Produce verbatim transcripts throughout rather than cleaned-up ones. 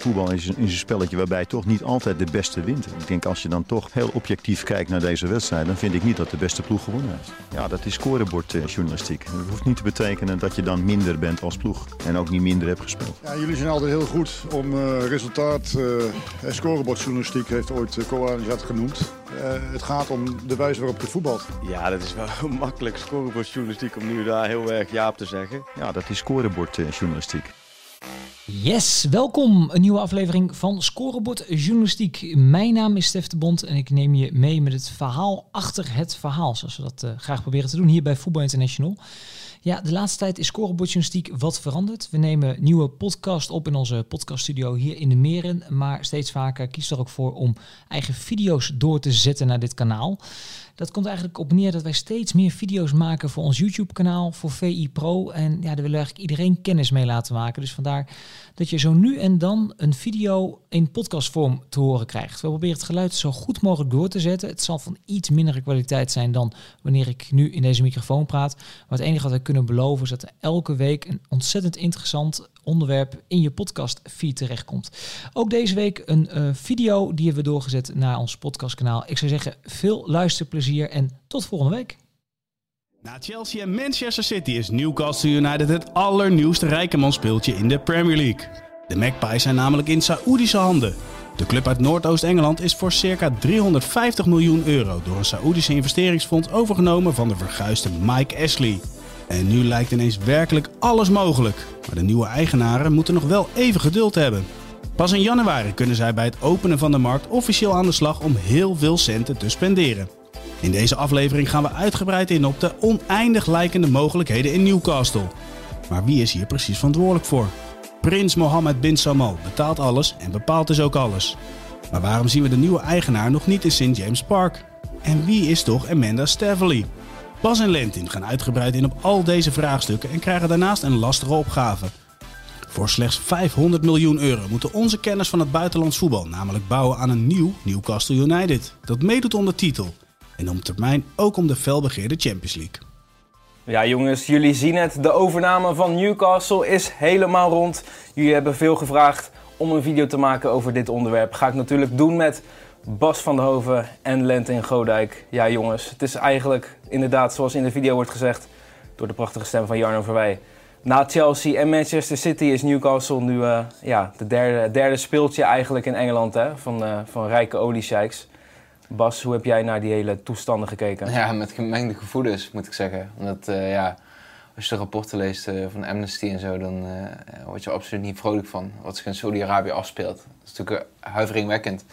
voetbal is een, is een spelletje waarbij toch niet altijd de beste wint. Ik denk als je dan toch heel objectief kijkt naar deze wedstrijd, dan vind ik niet dat de beste ploeg gewonnen heeft. Ja, dat is scorebordjournalistiek. Dat hoeft niet te betekenen dat je dan minder bent als ploeg en ook niet minder hebt gespeeld. Ja, jullie zijn altijd heel goed om uh, resultaat uh, en scorebordjournalistiek heeft ooit uh, Koan dat genoemd. Uh, het gaat om de wijze waarop je voetbalt. Ja, dat is wel makkelijk scorebordjournalistiek om nu daar heel erg ja op te zeggen. Ja, dat is scorebordjournalistiek. Yes, welkom. Een nieuwe aflevering van Scorebord Journalistiek. Mijn naam is Stef de Bond en ik neem je mee met het verhaal achter het verhaal. Zoals we dat uh, graag proberen te doen hier bij Voetbal International. Ja, de laatste tijd is Scorebord Journalistiek wat veranderd. We nemen nieuwe podcast op in onze podcaststudio hier in de Meren. Maar steeds vaker kies er ook voor om eigen video's door te zetten naar dit kanaal. Dat komt eigenlijk op neer dat wij steeds meer video's maken voor ons YouTube-kanaal, voor V I Pro. En ja, daar willen we eigenlijk iedereen kennis mee laten maken. Dus vandaar dat je zo nu en dan een video in podcastvorm te horen krijgt. We proberen het geluid zo goed mogelijk door te zetten. Het zal van iets mindere kwaliteit zijn dan wanneer ik nu in deze microfoon praat. Maar het enige wat wij kunnen beloven is dat er elke week een ontzettend interessant onderwerp in je podcastfeed terechtkomt. Ook deze week een uh, video die hebben we doorgezet naar ons podcastkanaal. Ik zou zeggen, veel luisterplezier en tot volgende week. Na Chelsea en Manchester City is Newcastle United het allernieuwste rijkemanspeeltje in de Premier League. De Magpies zijn namelijk in Saoedische handen. De club uit Noordoost-Engeland is voor circa driehonderdvijftig miljoen euro door een Saoedische investeringsfonds overgenomen van de verguisde Mike Ashley. En nu lijkt ineens werkelijk alles mogelijk. Maar de nieuwe eigenaren moeten nog wel even geduld hebben. Pas in januari kunnen zij bij het openen van de markt officieel aan de slag om heel veel centen te spenderen. In deze aflevering gaan we uitgebreid in op de oneindig lijkende mogelijkheden in Newcastle. Maar wie is hier precies verantwoordelijk voor? Prins Mohammed bin Salman betaalt alles en bepaalt dus ook alles. Maar waarom zien we de nieuwe eigenaar nog niet in Saint James Park? En wie is toch Amanda Staveley? Bas en Lentin gaan uitgebreid in op al deze vraagstukken en krijgen daarnaast een lastige opgave. Voor slechts vijfhonderd miljoen euro moeten onze kenners van het buitenlands voetbal namelijk bouwen aan een nieuw Newcastle United. Dat meedoet om de titel. En op termijn ook om de felbegeerde Champions League. Ja jongens, jullie zien het. De overname van Newcastle is helemaal rond. Jullie hebben veel gevraagd om een video te maken over dit onderwerp. Ga ik natuurlijk doen met Bas van der Hoven en Lentin Godijk. Ja jongens, het is eigenlijk inderdaad zoals in de video wordt gezegd door de prachtige stem van Jarno Verwij. Na Chelsea en Manchester City is Newcastle nu uh, ja, de derde, derde speeltje eigenlijk in Engeland hè, van, uh, van rijke oliesheiks. Bas, hoe heb jij naar die hele toestanden gekeken? Ja, met gemengde gevoelens moet ik zeggen. Omdat uh, ja, als je de rapporten leest uh, van Amnesty en zo, dan uh, word je er absoluut niet vrolijk van. Wat zich in Saudi-Arabië afspeelt. Dat is natuurlijk huiveringwekkend.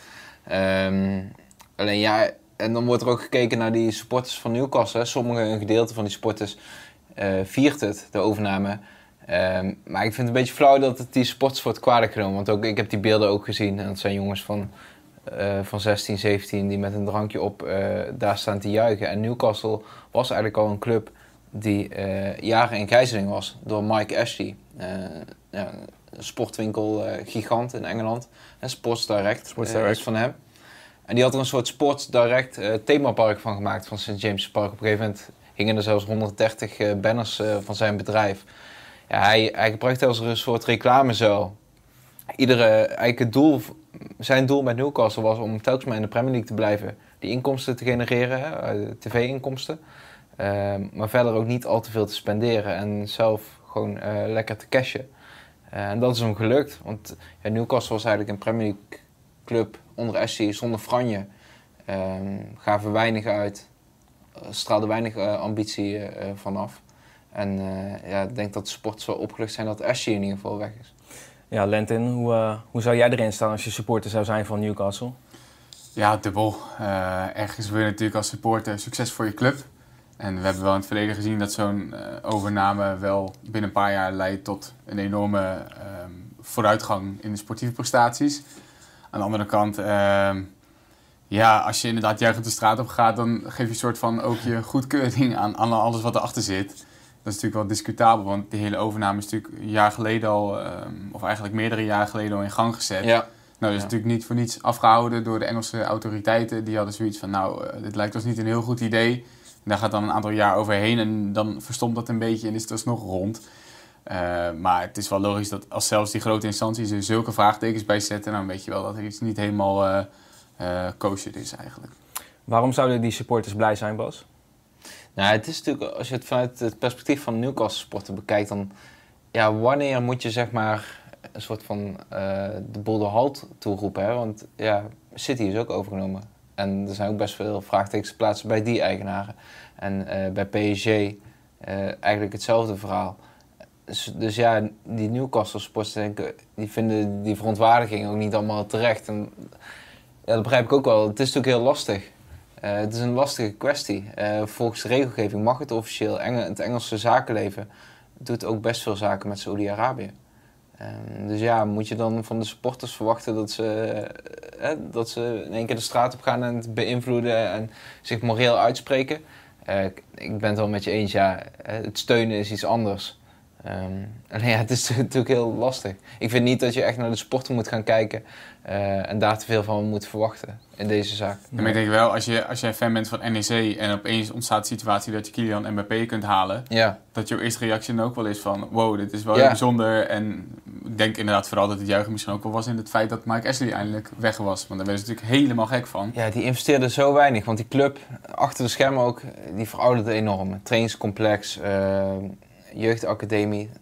Um, alleen ja, en dan wordt er ook gekeken naar die supporters van Newcastle. Sommige, een gedeelte van die supporters uh, viert het, de overname. Um, maar ik vind het een beetje flauw dat het die supporters wordt kwalijk genomen. Want ook, ik heb die beelden ook gezien. En dat zijn jongens van, uh, van zestien, zeventien die met een drankje op uh, daar staan te juichen. En Newcastle was eigenlijk al een club die uh, jaren in gijzeling was door Mike Ashley. Uh, ja, een sportwinkel uh, gigant in Engeland. En Sports Direct, Sports Direct. Uh, is van hem. En die had er een soort Sports Direct uh, themapark van gemaakt van Saint James Park. Op een gegeven moment hingen er zelfs honderddertig uh, banners uh, van zijn bedrijf. Ja, hij, hij gebruikte als een soort reclamezuil. Iedere, eigenlijk het doel, zijn doel met Newcastle was om telkens maar in de Premier League te blijven. Die inkomsten te genereren, hè, tv-inkomsten. Uh, maar verder ook niet al te veel te spenderen en zelf gewoon uh, lekker te cashen. Uh, en dat is hem gelukt, want ja, Newcastle was eigenlijk een Premier League club onder Ashley zonder franje. Uh, gaven weinig uit, uh, straalde weinig uh, ambitie uh, vanaf. En uh, ja, ik denk dat de supporters wel opgelucht zijn dat Ashley in ieder geval weg is. Ja, Lentin, hoe, uh, hoe zou jij erin staan als je supporter zou zijn van Newcastle? Ja, dubbel. Uh, ergens wil je natuurlijk als supporter succes voor je club. En we hebben wel in het verleden gezien dat zo'n uh, overname wel binnen een paar jaar leidt tot een enorme um, vooruitgang in de sportieve prestaties. Aan de andere kant, uh, ja, als je inderdaad juichend de straat op gaat, dan geef je een soort van ook je goedkeuring aan, aan alles wat erachter zit. Dat is natuurlijk wel discutabel, want die hele overname is natuurlijk een jaar geleden al, um, of eigenlijk meerdere jaren geleden al in gang gezet. Ja. Nou, dat is ja. natuurlijk niet voor niets afgehouden door de Engelse autoriteiten. Die hadden zoiets van, nou, uh, dit lijkt ons niet een heel goed idee. Daar gaat dan een aantal jaar overheen en dan verstomt dat een beetje en is het alsnog rond. Uh, maar het is wel logisch dat als zelfs die grote instanties er zulke vraagtekens bij zetten, dan weet je wel dat er iets niet helemaal uh, uh, kosher is eigenlijk. Waarom zouden die supporters blij zijn, Bas? Nou, het is natuurlijk, als je het vanuit het perspectief van Newcastle supporter bekijkt, dan ja, wanneer moet je zeg maar een soort van uh, de boel de halt toeroepen, hè? Want ja, City is ook overgenomen. En er zijn ook best veel vraagtekens geplaatst bij die eigenaren. En uh, bij P S G uh, eigenlijk hetzelfde verhaal. Dus, dus ja, die Newcastle supporters denken, die vinden die verontwaardiging ook niet allemaal terecht. En ja, dat begrijp ik ook wel. Het is natuurlijk heel lastig. Uh, het is een lastige kwestie. Uh, volgens de regelgeving mag het officieel. Engel, het Engelse zakenleven doet ook best veel zaken met Saoedi-Arabië. Um, dus ja, moet je dan van de supporters verwachten dat ze, uh, uh, dat ze in één keer de straat op gaan en het beïnvloeden en zich moreel uitspreken? Uh, ik, ik ben het wel met je eens, ja, het steunen is iets anders. Um, en ja, het is natuurlijk heel lastig. Ik vind niet dat je echt naar de sporten moet gaan kijken uh, en daar te veel van moet verwachten in deze zaak. Ja, maar ik denk wel, als je, als jij fan bent van N E C en opeens ontstaat de situatie dat je Kylian Mbappé kunt halen, ja. dat jouw eerste reactie dan ook wel is van, wow, dit is wel ja. heel bijzonder. En ik denk inderdaad vooral dat het juichen misschien ook wel was in het feit dat Mike Ashley eindelijk weg was. Want daar werden ze natuurlijk helemaal gek van. Ja, die investeerde zo weinig, want die club, achter de schermen ook, die verouderde enorm. Trainingscomplex, uh, jeugdacademie.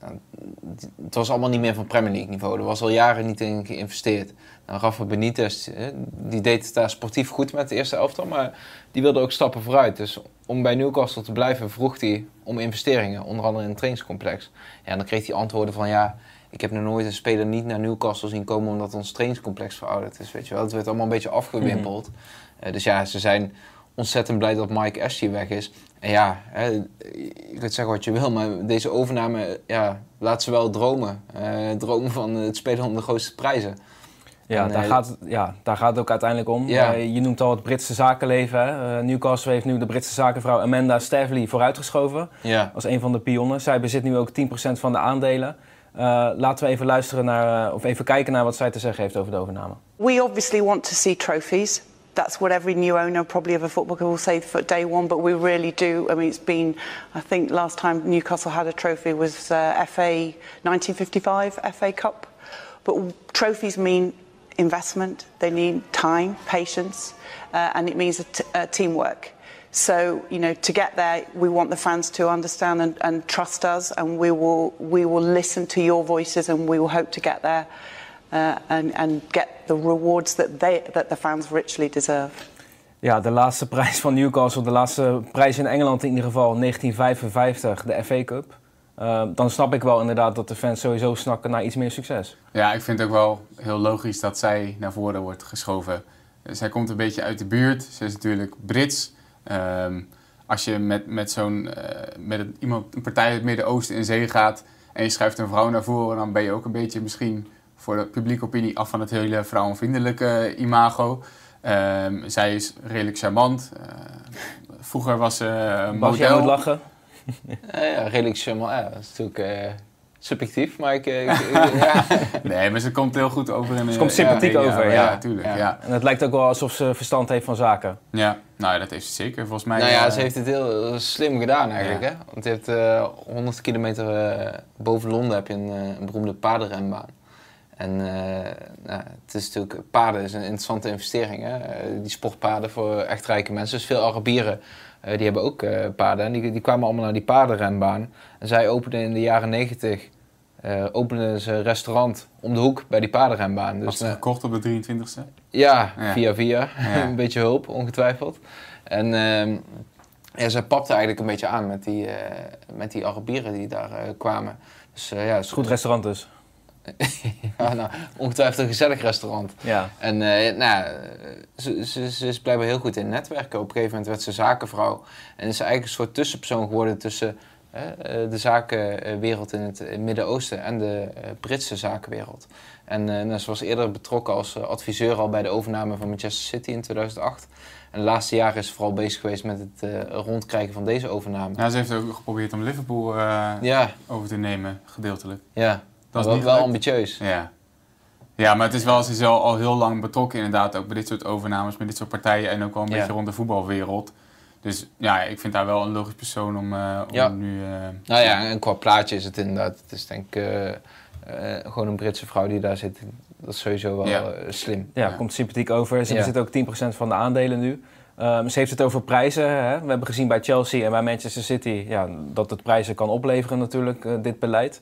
Het was allemaal niet meer van Premier League niveau. Er was al jaren niet in geïnvesteerd. Nou, Rafa Benitez, die deed het daar sportief goed met de eerste elftal, maar die wilde ook stappen vooruit. Dus om bij Newcastle te blijven vroeg hij om investeringen, onder andere in een trainingscomplex. Ja, en dan kreeg hij antwoorden van ja, ik heb nog nooit een speler niet naar Newcastle zien komen omdat ons trainingscomplex verouderd is. Weet je wel. Het werd allemaal een beetje afgewimpeld. Mm-hmm. Uh, dus ja, ze zijn ontzettend blij dat Mike Ashley weg is. En ja, hè, je kunt zeggen wat je wil, maar deze overname ja, laat ze wel dromen. Uh, dromen van het spelen om de grootste prijzen. Ja, en, daar, uh, gaat, ja daar gaat het ook uiteindelijk om. Ja. Uh, je noemt al het Britse zakenleven. Hè? Uh, Newcastle heeft nu de Britse zakenvrouw Amanda Staveley vooruitgeschoven. Ja. Als een van de pionnen. Zij bezit nu ook tien procent van de aandelen. Uh, laten we even luisteren naar, uh, of even kijken naar wat zij te zeggen heeft over de overname. We obviously want to see trophies. That's what every new owner probably of a football club will say for day one, but we really do. I mean, it's been, I think last time Newcastle had a trophy was uh, F A nineteen fifty-five F A Cup. But trophies mean investment, they need time, patience, uh, and it means a t- uh, teamwork. So, you know, to get there, we want the fans to understand and, and trust us, and we will we will listen to your voices, and we will hope to get there uh, and and get the rewards that they that the fans richly deserve. Ja, de laatste prijs van Newcastle, de laatste prijs in Engeland in ieder geval, negentien vijfenvijftig, de F A Cup. Uh, dan snap ik wel inderdaad dat de fans sowieso snakken naar iets meer succes. Ja, ik vind het ook wel heel logisch dat zij naar voren wordt geschoven. Zij komt een beetje uit de buurt. Ze is natuurlijk Brits. Um, als je met, met, zo'n, uh, met een, iemand, een partij uit het Midden-Oosten in zee gaat en je schuift een vrouw naar voren, dan ben je ook een beetje misschien voor de publieke opinie af van het hele vrouwenvriendelijke imago. Um, zij is redelijk charmant. Uh, vroeger was ze uh, model. Mag jij moet lachen? Uh, ja, redelijk charmant. Ja, dat is natuurlijk uh, subjectief, maar ik... Uh, ik, ik ja. Nee, maar ze komt heel goed over. In, ze komt sympathiek ja, over, ja. ja. Ja, tuurlijk, ja. ja. En het lijkt ook wel alsof ze verstand heeft van zaken. Ja, nou dat heeft ze zeker. Volgens mij... Nou ja, uh, ze heeft het heel slim gedaan eigenlijk, ja. Hè? Want je hebt uh, honderd kilometer uh, boven Londen heb je een, uh, een beroemde paardenrenbaan. En uh, nou, het is natuurlijk, paarden is een interessante investering. Hè? Uh, die sportpaarden voor echt rijke mensen. Dus veel Arabieren uh, die hebben ook uh, paarden. En die, die kwamen allemaal naar die paardenrenbaan. En zij openden in de jaren negentig uh, openden ze een restaurant om de hoek bij die paardenrenbaan. Dus, had ze gekocht op de drieëntwintigste? Ja, ja. via via. Ja. Een beetje hulp, ongetwijfeld. En uh, ja, zij papte eigenlijk een beetje aan met die, uh, met die Arabieren die daar uh, kwamen. Dus, uh, ja, het is goed restaurant dus. Ja, nou, ongetwijfeld een gezellig restaurant. Ja. En uh, nou, ze, ze, ze is blijkbaar heel goed in netwerken. Op een gegeven moment werd ze zakenvrouw. En is ze eigenlijk een soort tussenpersoon geworden tussen uh, de zakenwereld in het Midden-Oosten en de uh, Britse zakenwereld. En uh, nou, ze was eerder betrokken als uh, adviseur al bij de overname van Manchester City in tweeduizend acht. En de laatste jaren is ze vooral bezig geweest met het uh, rondkrijgen van deze overname. Ja, ze heeft ook geprobeerd om Liverpool uh, ja. over te nemen, gedeeltelijk. Ja. Dat is wel, wel ambitieus. Ja. Ja, maar het is wel, ze is al, al heel lang betrokken inderdaad ook bij dit soort overnames, met dit soort partijen en ook wel een ja. beetje rond de voetbalwereld. Dus ja, ik vind daar wel een logisch persoon om, uh, om ja. nu... Uh, nou ja, en qua plaatje is het inderdaad, het is denk ik uh, uh, gewoon een Britse vrouw die daar zit. Dat is sowieso wel ja. uh, slim. Ja, ja, komt sympathiek over. Ze ja. bezit ook tien procent van de aandelen nu. Um, ze heeft het over prijzen. Hè? We hebben gezien bij Chelsea en bij Manchester City ja, dat het prijzen kan opleveren natuurlijk, uh, dit beleid.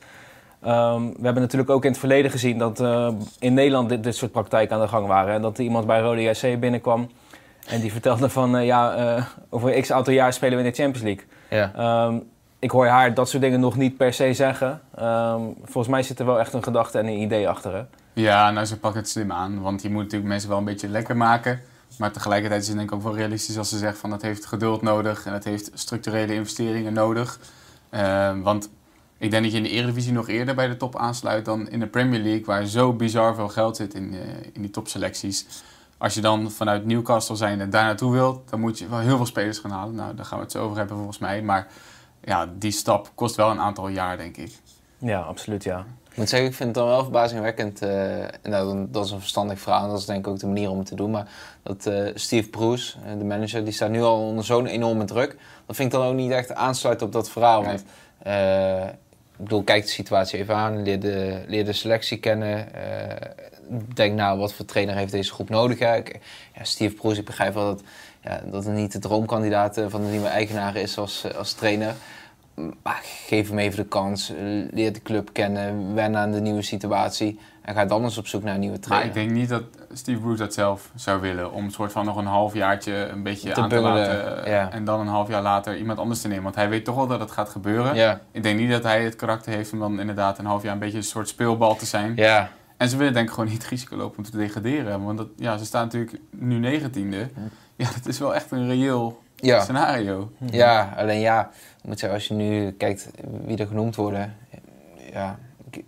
Um, we hebben natuurlijk ook in het verleden gezien dat uh, in Nederland dit, dit soort praktijken aan de gang waren. En dat er iemand bij Rode J C binnenkwam en die vertelde van uh, ja, uh, over x aantal jaar spelen we in de Champions League. Ja. Um, ik hoor haar dat soort dingen nog niet per se zeggen. Um, volgens mij zit er wel echt een gedachte en een idee achter. Hè? Ja, nou ze pakken het slim aan, want je moet natuurlijk mensen wel een beetje lekker maken. Maar tegelijkertijd is het denk ik ook wel realistisch als ze zeggen van het heeft geduld nodig en het heeft structurele investeringen nodig. Uh, want ik denk dat je in de Eredivisie nog eerder bij de top aansluit dan in de Premier League, waar zo bizar veel geld zit in, uh, in die topselecties. Als je dan vanuit Newcastle zijnde daar naartoe wilt, dan moet je wel heel veel spelers gaan halen. Nou, daar gaan we het zo over hebben volgens mij. Maar ja, die stap kost wel een aantal jaar, denk ik. Ja, absoluut, ja. Ik moet zeggen, ik vind het dan wel verbazingwekkend. Uh, nou, dat is een verstandig verhaal en dat is denk ik ook de manier om het te doen. Maar dat uh, Steve Bruce, de manager, die staat nu al onder zo'n enorme druk. Dat vind ik dan ook niet echt aansluiten op dat verhaal. Want uh, ik bedoel, kijk de situatie even aan, leer de, leer de selectie kennen. Uh, denk nou, wat voor trainer heeft deze groep nodig? Hè? Ik, ja, Steve Bruce, ik begrijp wel dat, ja, dat het niet de droomkandidaat van de nieuwe eigenaar is als, als trainer. Maar geef hem even de kans, leer de club kennen, wen aan de nieuwe situatie en ga dan eens op zoek naar een nieuwe trainer. Maar ik denk niet dat Steve Bruce dat zelf zou willen, om een soort van nog een halfjaartje een beetje te aan bungelen, te laten ja. en dan een half jaar later iemand anders te nemen. Want hij weet toch wel dat het gaat gebeuren. Ja. Ik denk niet dat hij het karakter heeft om dan inderdaad een half jaar een beetje een soort speelbal te zijn. Ja. En ze willen denk ik gewoon niet het risico lopen om te degraderen. Want dat, ja, ze staan natuurlijk nu negentiende. Ja, dat is wel echt een reëel ja. scenario. Ja, alleen ja, ik moet zeggen, als je nu kijkt wie er genoemd worden, ja,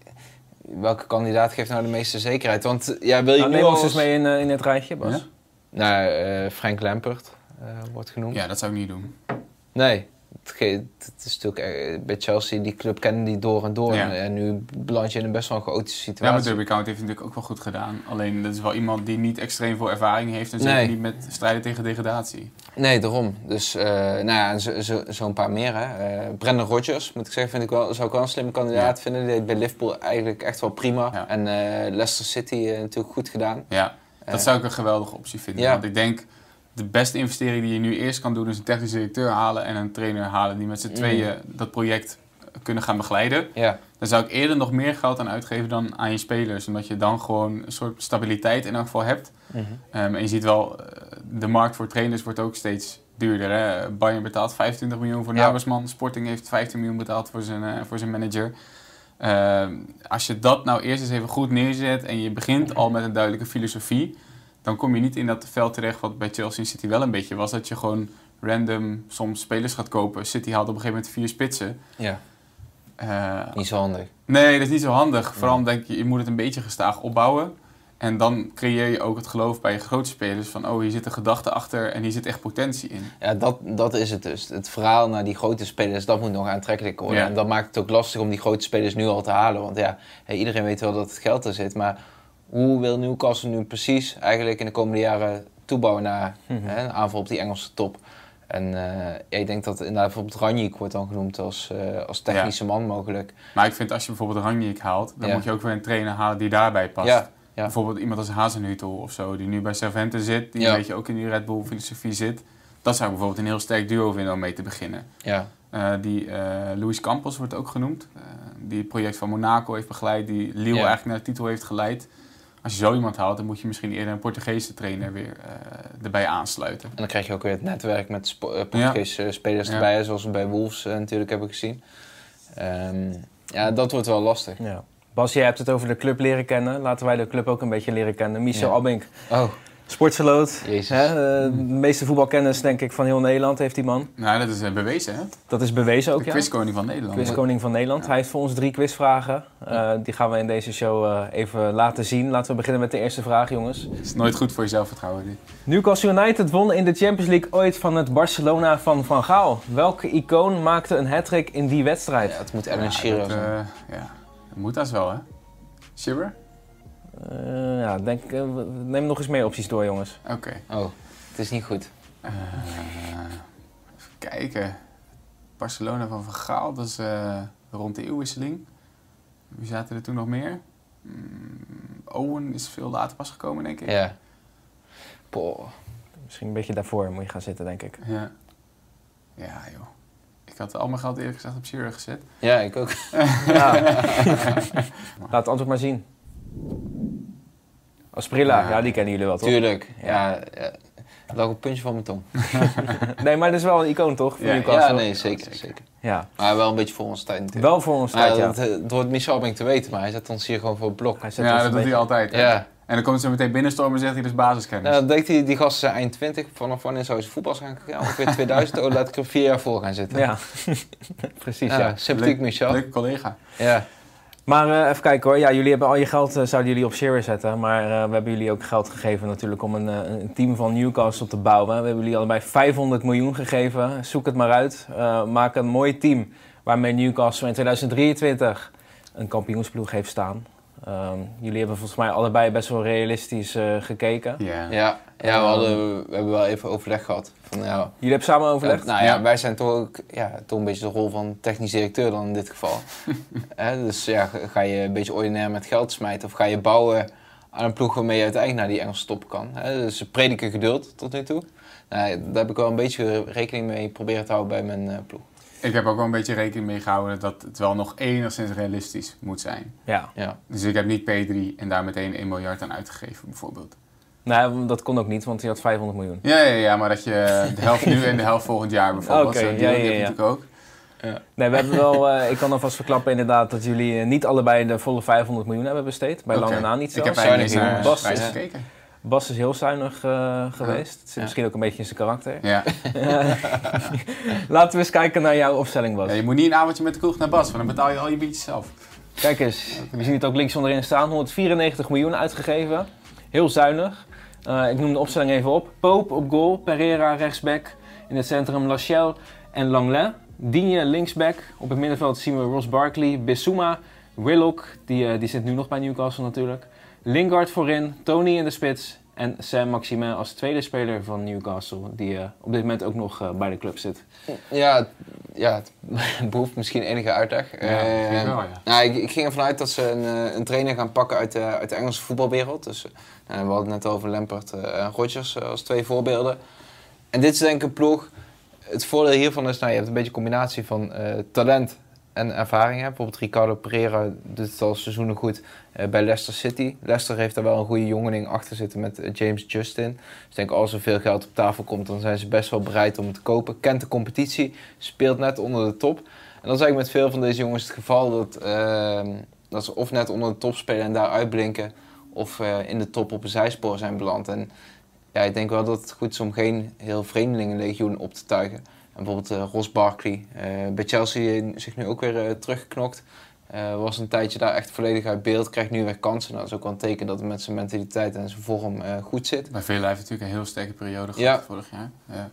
welke kandidaat geeft nou de meeste zekerheid? Want ja, wil je nou, nu neem ons als... eens mee in, uh, in het rijtje, Bas. Ja? Nou, uh, Frank Lampard uh, wordt genoemd. Ja, dat zou ik niet doen. Nee. Het is natuurlijk bij Chelsea, die club kennen die door en door. Ja. En nu beland je in een best wel een chaotische situatie. Ja, maar Derby County heeft natuurlijk ook wel goed gedaan. Alleen dat is wel iemand die niet extreem veel ervaring heeft en zeker nee. niet met strijden tegen degradatie. Nee, daarom. Dus uh, nou ja, zo'n zo, zo paar meer. Hè. Uh, Brendan Rodgers, moet ik zeggen, vind ik wel, zou ik wel een slimme kandidaat ja. vinden. Die deed bij Liverpool eigenlijk echt wel prima. Ja. En uh, Leicester City uh, natuurlijk goed gedaan. Ja, dat uh, zou ik een geweldige optie vinden. Ja. Want ik denk, de beste investering die je nu eerst kan doen is een technische directeur halen en een trainer halen die met z'n tweeën mm. dat project kunnen gaan begeleiden. Ja. Daar zou ik eerder nog meer geld aan uitgeven dan aan je spelers. Omdat je dan gewoon een soort stabiliteit in elk geval hebt. Mm-hmm. Um, en je ziet wel, de markt voor trainers wordt ook steeds duurder. Hè? Bayern betaalt vijfentwintig miljoen voor Nagelsmann. Ja. Sporting heeft vijftien miljoen betaald voor zijn, uh, voor zijn manager. Uh, als je dat nou eerst eens even goed neerzet en je begint al met een duidelijke filosofie, dan kom je niet in dat veld terecht wat bij Chelsea en City wel een beetje was. Dat je gewoon random soms spelers gaat kopen. City haalt op een gegeven moment vier spitsen. Ja. Uh, niet zo handig. Nee, dat is niet zo handig. Vooral omdat denk je, je moet het een beetje gestaag opbouwen. En dan creëer je ook het geloof bij je grote spelers van, oh, hier zit een gedachte achter en hier zit echt potentie in. Ja, dat, dat is het dus. Het verhaal naar die grote spelers, dat moet nog aantrekkelijk worden. Ja. En dat maakt het ook lastig om die grote spelers nu al te halen. Want ja, iedereen weet wel dat het geld er zit, maar hoe wil Newcastle nu precies eigenlijk in de komende jaren toebouwen naar mm-hmm. hè, een aanval op die Engelse top? En uh, ja, ik denk dat inderdaad bijvoorbeeld Ranjik wordt dan genoemd als, uh, als technische ja. man mogelijk. Maar ik vind als je bijvoorbeeld Ranjik haalt, dan ja. moet je ook weer een trainer halen die daarbij past. Ja. Ja. Bijvoorbeeld iemand als Hazenhüttl of zo, die nu bij Southampton zit, die ja. een beetje ook in die Red Bull filosofie zit. Dat zou ik bijvoorbeeld een heel sterk duo vinden om mee te beginnen. Ja. Uh, die uh, Luis Campos wordt ook genoemd, uh, die het project van Monaco heeft begeleid, die Lille ja. eigenlijk naar de titel heeft geleid. Als je zo iemand haalt, dan moet je misschien eerder een Portugese trainer weer uh, erbij aansluiten. En dan krijg je ook weer het netwerk met spo- uh, Portugese ja. spelers erbij, ja. zoals we bij Wolves uh, natuurlijk hebben gezien. Um, ja, dat wordt wel lastig. Ja. Bas, jij hebt het over de club leren kennen. Laten wij de club ook een beetje leren kennen. Michel ja. Abink, oh. Sportseloot. Jezus. Hè? Uh, de meeste voetbalkennis denk ik van heel Nederland heeft die man. Nou, dat is uh, bewezen, hè? Dat is bewezen ook, de ja. quizkoning van Nederland. Quizkoning van Nederland. Ja. Hij heeft voor ons drie quizvragen. Uh, die gaan we in deze show uh, even laten zien. Laten we beginnen met de eerste vraag, jongens. Het is nooit goed voor je zelfvertrouwen, dit. Newcastle United won in de Champions League ooit van het Barcelona van Van Gaal. Welke icoon maakte een hat-trick in die wedstrijd? Ja, het moet Alan ja, Shearer dat, zijn. Uh, ja, dat moet dat wel, hè? Shearer? Uh, ja, denk, uh, neem nog eens meer opties door, jongens. Oké. Okay. Oh, het is niet goed. Uh, kijken. Barcelona van Van Gaal, dat is uh, rond de eeuwwisseling. Wie zaten er toen nog meer? Mm, Owen is veel later pas gekomen, denk ik. Ja. Poh. Misschien een beetje daarvoor moet je gaan zitten, denk ik. Ja. Ja, joh. Ik had al mijn geld eerlijk gezegd op Shearer gezet. Ja, ik ook. Ja. Laat het antwoord maar zien. Asprilla, ja. ja, die kennen jullie wel, toch? Tuurlijk, ja. ja, ja. Het lag op het puntje van mijn tong. Nee, maar dat is wel een icoon, toch? Voor ja, Newcastle. ja, nee, zeker, zeker. zeker. Ja. Maar wel een beetje voor onze tijd natuurlijk. Wel voor onze tijd, ja. ja. Dat, het wordt Michel ben ik te weten, maar hij zet ons hier gewoon voor het blok. Hij zet ja, dat doet beetje... hij altijd. Hè? Ja. En dan komt ze meteen binnenstormen en zegt hij dus basiskennis. Ja, dan denkt hij, die gasten zijn eind twintig. Vanaf wanneer zou ze voetbal gaan gegaan? Ongeveer tweeduizend. Oh, laat ik er vier jaar voor gaan zitten. Ja, precies, ja. ja. Sympathiek, Leuk, Michel. Leuke collega. Ja. Maar uh, even kijken hoor. Ja, jullie hebben al je geld, uh, zouden jullie op Shearer zetten. Maar uh, we hebben jullie ook geld gegeven natuurlijk om een, uh, een team van Newcastle te bouwen. We hebben jullie allebei vijfhonderd miljoen gegeven. Zoek het maar uit. Uh, maak een mooi team waarmee Newcastle in tweeduizend drieëntwintig een kampioensploeg heeft staan. Um, jullie hebben volgens mij allebei best wel realistisch uh, gekeken. Yeah. Ja, ja we, hadden, we hebben wel even overleg gehad. Van, ja, jullie hebben samen overlegd? Ja, nou ja, wij zijn toch ook ja, toch een beetje de rol van technisch directeur dan in dit geval. He, dus ja, ga je een beetje ordinair met geld smijten of ga je bouwen aan een ploeg waarmee je uiteindelijk naar die Engelse top kan. He, dus prediken geduld tot nu toe. Nou, daar heb ik wel een beetje rekening mee proberen te houden bij mijn uh, ploeg. Ik heb ook wel een beetje rekening mee gehouden dat het wel nog enigszins realistisch moet zijn. Ja. ja. Dus ik heb niet P drie en daar meteen één miljard aan uitgegeven bijvoorbeeld. Nee, dat kon ook niet, want je had vijfhonderd miljoen. Ja, ja, ja, maar dat je de helft nu en de helft volgend jaar bijvoorbeeld. Oké, okay, die ja, heb ja, je ja. natuurlijk ook. Ja. Nee, we hebben wel, uh, ik kan alvast verklappen inderdaad dat jullie uh, niet allebei de volle vijfhonderd miljoen hebben besteed. Bij okay. lange na niet zelfs. Ik heb eigenlijk eens naar Bas, prijs gekeken. Bas is heel zuinig uh, geweest. Het zit ja. misschien ook een beetje in zijn karakter. Ja. Laten we eens kijken naar jouw opstelling, Bas. Ja, je moet niet een avondje met de kroeg naar Bas, want dan betaal je al je biertjes zelf. Kijk eens, je ziet het ook links onderin staan. honderdvierennegentig miljoen uitgegeven. Heel zuinig. Uh, ik noem de opstelling even op. Pope op goal, Pereira rechtsback. In het centrum Lachelle en Langlais. Digne linksback. Op het middenveld zien we Ross Barkley, Bissouma, Willock. Die, uh, die zit nu nog bij Newcastle natuurlijk. Lingard voorin, Tony in de spits. En Saint-Maximin als tweede speler van Newcastle. Die uh, op dit moment ook nog uh, bij de club zit. Ja, ja, het behoeft misschien enige uitleg. Ja, uh, ik, wel, ja. nou, ik, ik ging ervan uit dat ze een, een trainer gaan pakken uit de, uit de Engelse voetbalwereld. Dus, uh, nou, we hadden het net over Lampard uh, en Rodgers uh, als twee voorbeelden. En dit is denk ik een ploeg. Het voordeel hiervan is, nou, je hebt een beetje een combinatie van uh, talent en ervaring. Hè. Bijvoorbeeld Ricardo Pereira doet het al seizoenen goed uh, bij Leicester City. Leicester heeft daar wel een goede jongeling achter zitten met uh, James Justin. Dus ik denk als er veel geld op tafel komt, dan zijn ze best wel bereid om het te kopen. Kent de competitie, speelt net onder de top. En dat is eigenlijk met veel van deze jongens het geval dat, uh, dat ze of net onder de top spelen en daar uitblinken, of uh, in de top op een zijspoor zijn beland. En ja, ik denk wel dat het goed is om geen heel vreemdelingenlegioen op te tuigen. En bijvoorbeeld uh, Ross Barkley, uh, bij Chelsea zich nu ook weer uh, teruggeknokt. Uh, was een tijdje daar echt volledig uit beeld, krijgt nu weer kansen. Nou, dat is ook wel een teken dat het met zijn mentaliteit en zijn vorm uh, goed zit. Bij Villa heeft natuurlijk een heel sterke periode gehad ja. vorig jaar. Ja,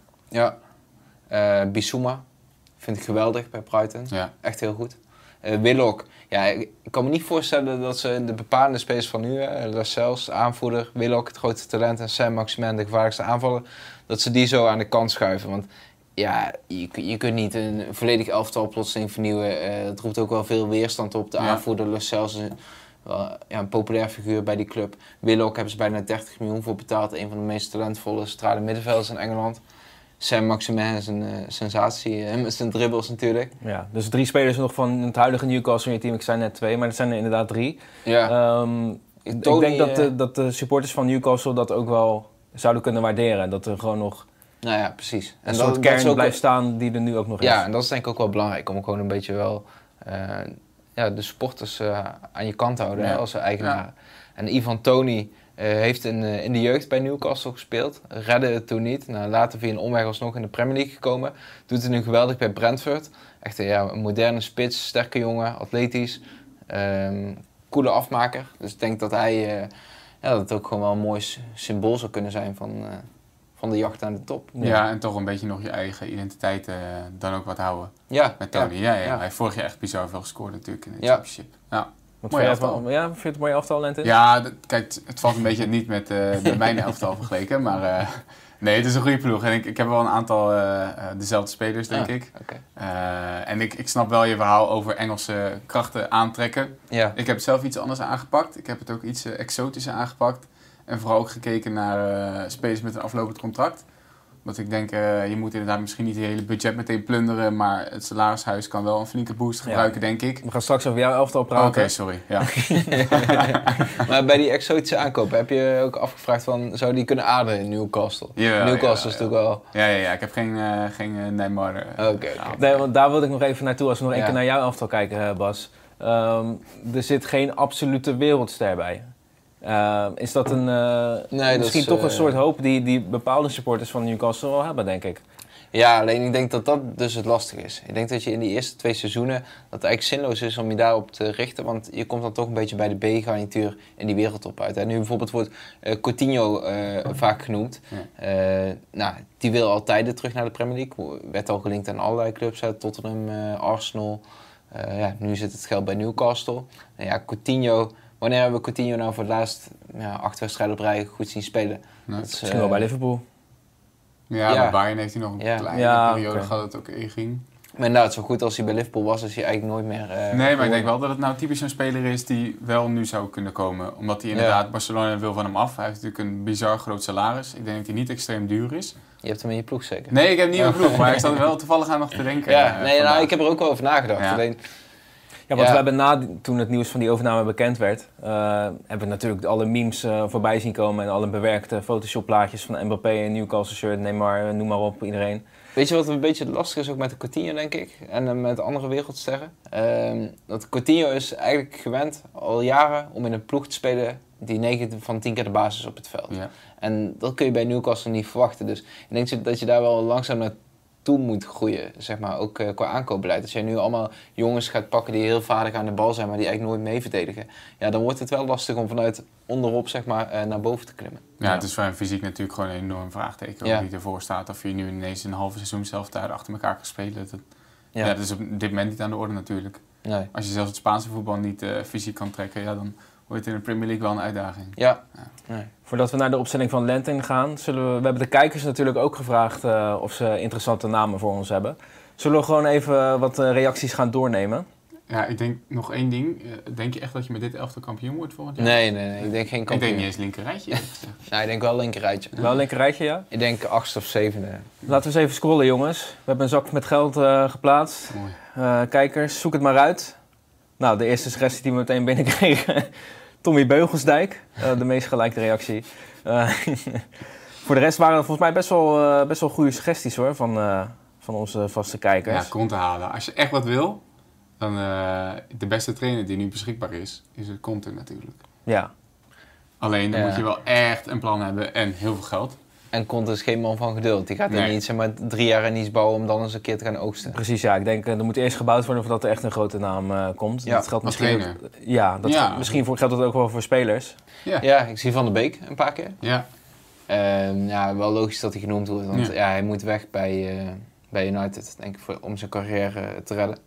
ja. Uh, Bissouma vind ik geweldig bij Brighton. Ja. Echt heel goed. Uh, Willock, ja, ik, ik kan me niet voorstellen dat ze de bepalende spelers van nu, uh, Lascelles, aanvoerder, Willock, het grootste talent en Saint-Maximin, de gevaarlijkste aanvaller, dat ze die zo aan de kant schuiven. Want ja, je, je kunt niet een volledig elftal plotseling vernieuwen. Uh, het roept ook wel veel weerstand op. De ja. aanvoerder Lascelles is een, wel, ja, een populair figuur bij die club. Willock hebben ze bijna dertig miljoen voor betaald. Een van de meest talentvolle centrale middenvelders in Engeland. Saint-Maximin is een uh, sensatie, uh, met zijn dribbles natuurlijk. Ja, dus drie spelers nog van het huidige Newcastle in je team. Ik zei net twee, maar het zijn er inderdaad drie. Ja. Um, ik denk dat de, dat de supporters van Newcastle dat ook wel zouden kunnen waarderen. Dat er gewoon nog nou ja, precies. een en soort dat, kern dat blijft wel staan die er nu ook nog is. Ja, en dat is denk ik ook wel belangrijk om gewoon een beetje wel uh, ja, de supporters uh, aan je kant te houden, ja, hè, als eigenaar. Ja. En Ivan Toney Uh, heeft in, uh, in de jeugd bij Newcastle gespeeld. Redde het toen niet. Nou, later via een omweg alsnog in de Premier League gekomen. Doet het nu geweldig bij Brentford. Echt uh, ja, een moderne spits, sterke jongen, atletisch. Um, coole afmaker. Dus ik denk dat hij uh, ja, dat het ook gewoon wel een mooi symbool zou kunnen zijn van, uh, van de jacht aan de top. Ja, ja, en toch een beetje nog je eigen identiteit uh, dan ook wat houden. Ja. Met Tony. Ja, ja, ja. ja. Hij heeft vorig jaar echt bizar veel gescoord natuurlijk in de ja. Championship. Ja. Wat mooi elftal. Ja, vind je het een mooi elftal, Lente? Ja, d- kijk, het valt een beetje niet met uh, de mijn elftal vergeleken, maar uh, Nee, het is een goede ploeg. En ik, ik heb wel een aantal uh, dezelfde spelers, denk ah, ik. Okay. Uh, en ik, ik snap wel je verhaal over Engelse krachten aantrekken. Ja. Ik heb het zelf iets anders aangepakt. Ik heb het ook iets uh, exotischer aangepakt. En vooral ook gekeken naar uh, spelers met een aflopend contract. Want ik denk, uh, je moet inderdaad misschien niet het hele budget meteen plunderen, maar het salarishuis kan wel een flinke boost gebruiken, ja. denk ik. We gaan straks over jouw elftal praten. Oké, okay, sorry. Ja. Maar bij die exotische aankopen heb je ook afgevraagd van, zou die kunnen aarden in Newcastle? Jawel, Newcastle ja, is natuurlijk wel... Ja, ja, ja, ik heb geen, uh, geen uh, Neymar. Uh, Oké, okay, okay. Nee, want daar wilde ik nog even naartoe als we nog één ja. keer naar jouw elftal kijken, Bas. Um, er zit geen absolute wereldster bij. Uh, is dat een, uh, nee, misschien dat is, toch een uh, soort hoop die, die bepaalde supporters van Newcastle wel hebben, denk ik? Ja, alleen ik denk dat dat dus het lastig is. Ik denk dat je in die eerste twee seizoenen, dat het eigenlijk zinloos is om je daarop te richten, want je komt dan toch een beetje bij de B-garnituur in die wereldtop uit. En nu bijvoorbeeld wordt uh, Coutinho uh, vaak genoemd. Ja. Uh, nou, die wil altijd terug naar de Premier League. Werd al gelinkt aan allerlei clubs, uit Tottenham, uh, Arsenal. Uh, ja, nu zit het geld bij Newcastle. Uh, ja, Coutinho... Wanneer hebben we Coutinho nou voor het laatst ja, acht wedstrijden op rij goed zien spelen? Nee. Dat is, Misschien uh, wel bij Liverpool. Ja, ja. bij Bayern heeft hij nog een ja. kleine ja, periode okay. gehad dat het ook in ging. Maar inderdaad, zo goed als hij bij Liverpool was, is hij eigenlijk nooit meer... Uh, nee, maar geworden. Ik denk wel dat het nou typisch een speler is die wel nu zou kunnen komen. Omdat hij inderdaad, ja. Barcelona wil van hem af. Hij heeft natuurlijk een bizar groot salaris. Ik denk dat hij niet extreem duur is. Je hebt hem in je ploeg zeker? Nee, ik heb hem niet in mijn ploeg, maar ik zat er wel toevallig aan nog te denken. Ja, uh, nee, nou, ik heb er ook wel over nagedacht. Ja. Alleen, Ja, want ja. we hebben na, toen het nieuws van die overname bekend werd, uh, hebben we natuurlijk alle memes uh, voorbij zien komen en alle bewerkte Photoshop plaatjes van Mbappé en Newcastle shirt, Neymar, noem maar op, iedereen. Weet je wat een beetje lastig is ook met de Coutinho, denk ik, en uh, met andere wereldsterren? Uh, dat Coutinho is eigenlijk gewend al jaren om in een ploeg te spelen die negen van tien keer de basis op het veld. Ja. En dat kun je bij Newcastle niet verwachten. Dus ik denk dat je daar wel langzaam naar toe moet groeien, zeg maar, ook uh, qua aankoopbeleid. Als jij nu allemaal jongens gaat pakken die heel vaardig aan de bal zijn, maar die eigenlijk nooit mee verdedigen, ja, dan wordt het wel lastig om vanuit onderop, zeg maar, uh, naar boven te klimmen. Ja, ja, het is voor hem fysiek natuurlijk gewoon een enorm vraagteken, ja. Wie ervoor staat. Of je nu ineens een halve seizoen zelf daar achter elkaar kan spelen. Dat, ja. Ja, dat is op dit moment niet aan de orde natuurlijk. Nee. Als je zelfs het Spaanse voetbal niet uh, fysiek kan trekken, ja, dan wordt het in de Premier League wel een uitdaging. Ja. Ja. Nee. Voordat we naar de opstelling van Lenten gaan, zullen we, we hebben de kijkers natuurlijk ook gevraagd uh, of ze interessante namen voor ons hebben. Zullen we gewoon even wat uh, reacties gaan doornemen? Ja, ik denk nog één ding. Denk je echt dat je met dit elftal kampioen wordt volgend jaar? Nee, nee, nee. Ik denk geen kampioen. Ik denk niet eens linkerrijtje. Nou, ik denk wel linkerrijtje. Wel linkerrijtje, ja? Ik denk achtste of zevende. Laten we eens even scrollen, jongens. We hebben een zak met geld uh, geplaatst. Mooi. Uh, kijkers, zoek het maar uit. Nou, de eerste suggestie die we meteen binnenkregen. Tommy Beugelsdijk, uh, de meest gelijke reactie. Uh, voor de rest waren er volgens mij best wel, uh, best wel goede suggesties hoor, van, uh, van onze vaste kijkers. Ja, Conte halen. Als je echt wat wil, dan uh, de beste trainer die nu beschikbaar is, is het Conte natuurlijk. Ja. Alleen dan ja. moet je wel echt een plan hebben en heel veel geld. En Conte is geen man van geduld. Die gaat er nee. niet zeg maar, drie jaar in iets bouwen om dan eens een keer te gaan oogsten. Precies, ja. Ik denk er moet eerst gebouwd worden voordat er echt een grote naam uh, komt. Ja, dat geldt misschien trainer. Ook, ja, dat ja. Geldt, misschien voor, geldt dat ook wel voor spelers. Ja, ja ik zie Van der Beek een paar keer. Ja. Uh, ja, wel logisch dat hij genoemd wordt. Want ja. Ja, hij moet weg bij, uh, bij United, denk ik, voor, om zijn carrière te redden.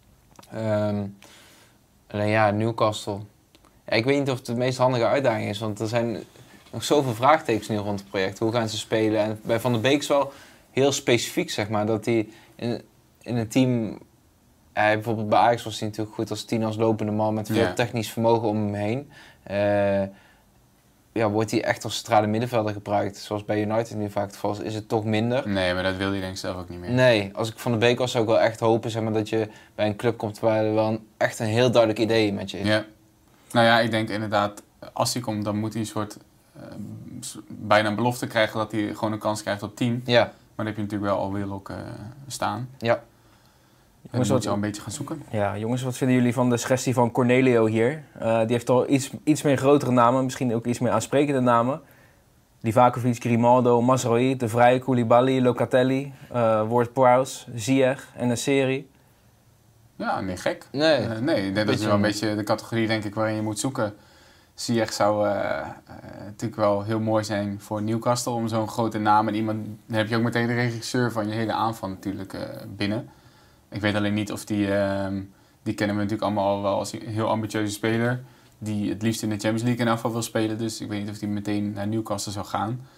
Um, alleen ja, Newcastle. Ja, ik weet niet of het de meest handige uitdaging is, want er zijn nog zoveel vraagtekens nu rond het project. Hoe gaan ze spelen? En bij Van der Beek is wel heel specifiek, zeg maar, dat hij in, in een team... Hij, bijvoorbeeld bij Ajax was hij natuurlijk goed als tien als lopende man met veel yeah. technisch vermogen om hem heen. Uh, ja, wordt hij echt als centrale middenvelder gebruikt, zoals bij United nu vaak het geval is, is het toch minder. Nee, maar dat wil je denk ik zelf ook niet meer. Nee, als ik Van der Beek was, zou ik wel echt hopen, zeg maar, dat je bij een club komt waar er wel een, echt een heel duidelijk idee met je is. Ja. Nou ja, ik denk inderdaad, als hij komt, dan moet hij een soort uh, bijna een belofte krijgen dat hij gewoon een kans krijgt op tien. Ja. Maar dan heb je natuurlijk wel al Willock uh, staan. Ja. En dan moet je al een beetje gaan zoeken. Ja, jongens, wat vinden jullie van de suggestie van Cornelio hier? Uh, die heeft al iets, iets meer grotere namen, misschien ook iets meer aansprekende namen. Livakovic, Grimaldo, Mazraoui, De Vrij, Koulibaly, Locatelli, uh, Ward-Prowse, Ziyech en Nesyri. Ja, nee, gek. Nee. Uh, nee, dat is wel een beetje de categorie denk ik waarin je moet zoeken. Ziyech zou uh, uh, natuurlijk wel heel mooi zijn voor Newcastle om zo'n grote naam en iemand. Dan heb je ook meteen de regisseur van je hele aanval natuurlijk uh, binnen. Ik weet alleen niet of die, uh, die kennen we natuurlijk allemaal al wel als een heel ambitieuze speler. Die het liefst in de Champions League in afval wil spelen. Dus ik weet niet of die meteen naar Newcastle zou gaan.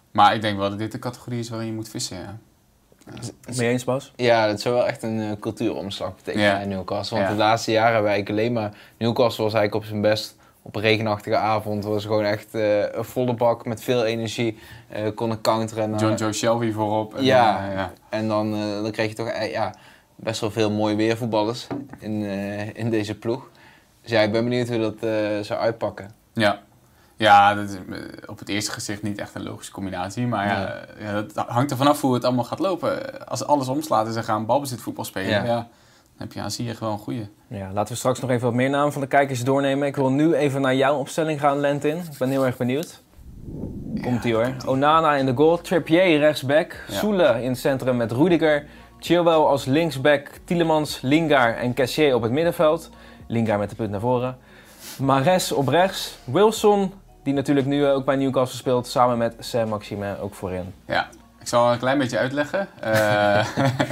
Maar ik denk wel dat dit de categorie is waarin je moet vissen, ja. Ben je eens, Bas? Ja, dat zou wel echt een uh, cultuuromslag betekenen Ja. bij Newcastle. Want Ja. de laatste jaren hebben we eigenlijk alleen maar... Newcastle was eigenlijk op zijn best op een regenachtige avond. Was gewoon echt uh, een volle bak met veel energie. Uh, konden counteren. John Joe Shelby voorop. En Ja, dan, uh, ja. en dan, uh, dan kreeg je toch uh, ja, best wel veel mooie weervoetballers in, uh, in deze ploeg. Dus ja, ik ben benieuwd hoe dat uh, zou uitpakken. Ja. Ja, dat is op het eerste gezicht niet echt een logische combinatie. Maar ja, Nee. ja, dat hangt er vanaf hoe het allemaal gaat lopen. Als alles omslaat en ze gaan balbezitvoetbal spelen, ja. Ja. Ja, dan heb je aan Ziyech wel een goeie. Ja, laten we straks nog even wat meer namen van de kijkers doornemen. Ik wil nu even naar jouw opstelling gaan, Lentin. Ik ben heel erg benieuwd. Komt-ie hoor. Onana in de goal, Trippier rechtsback, Ja. Soele in het centrum met Rudiger, Chilwell als linksback, Tielemans, Lingard en Cassier op het middenveld. Lingard met de punt naar voren. Mahrez op rechts, Wilson, die natuurlijk nu ook bij Newcastle speelt, samen met Saint-Maximin ook voorin. Ja, ik zal een klein beetje uitleggen. Uh,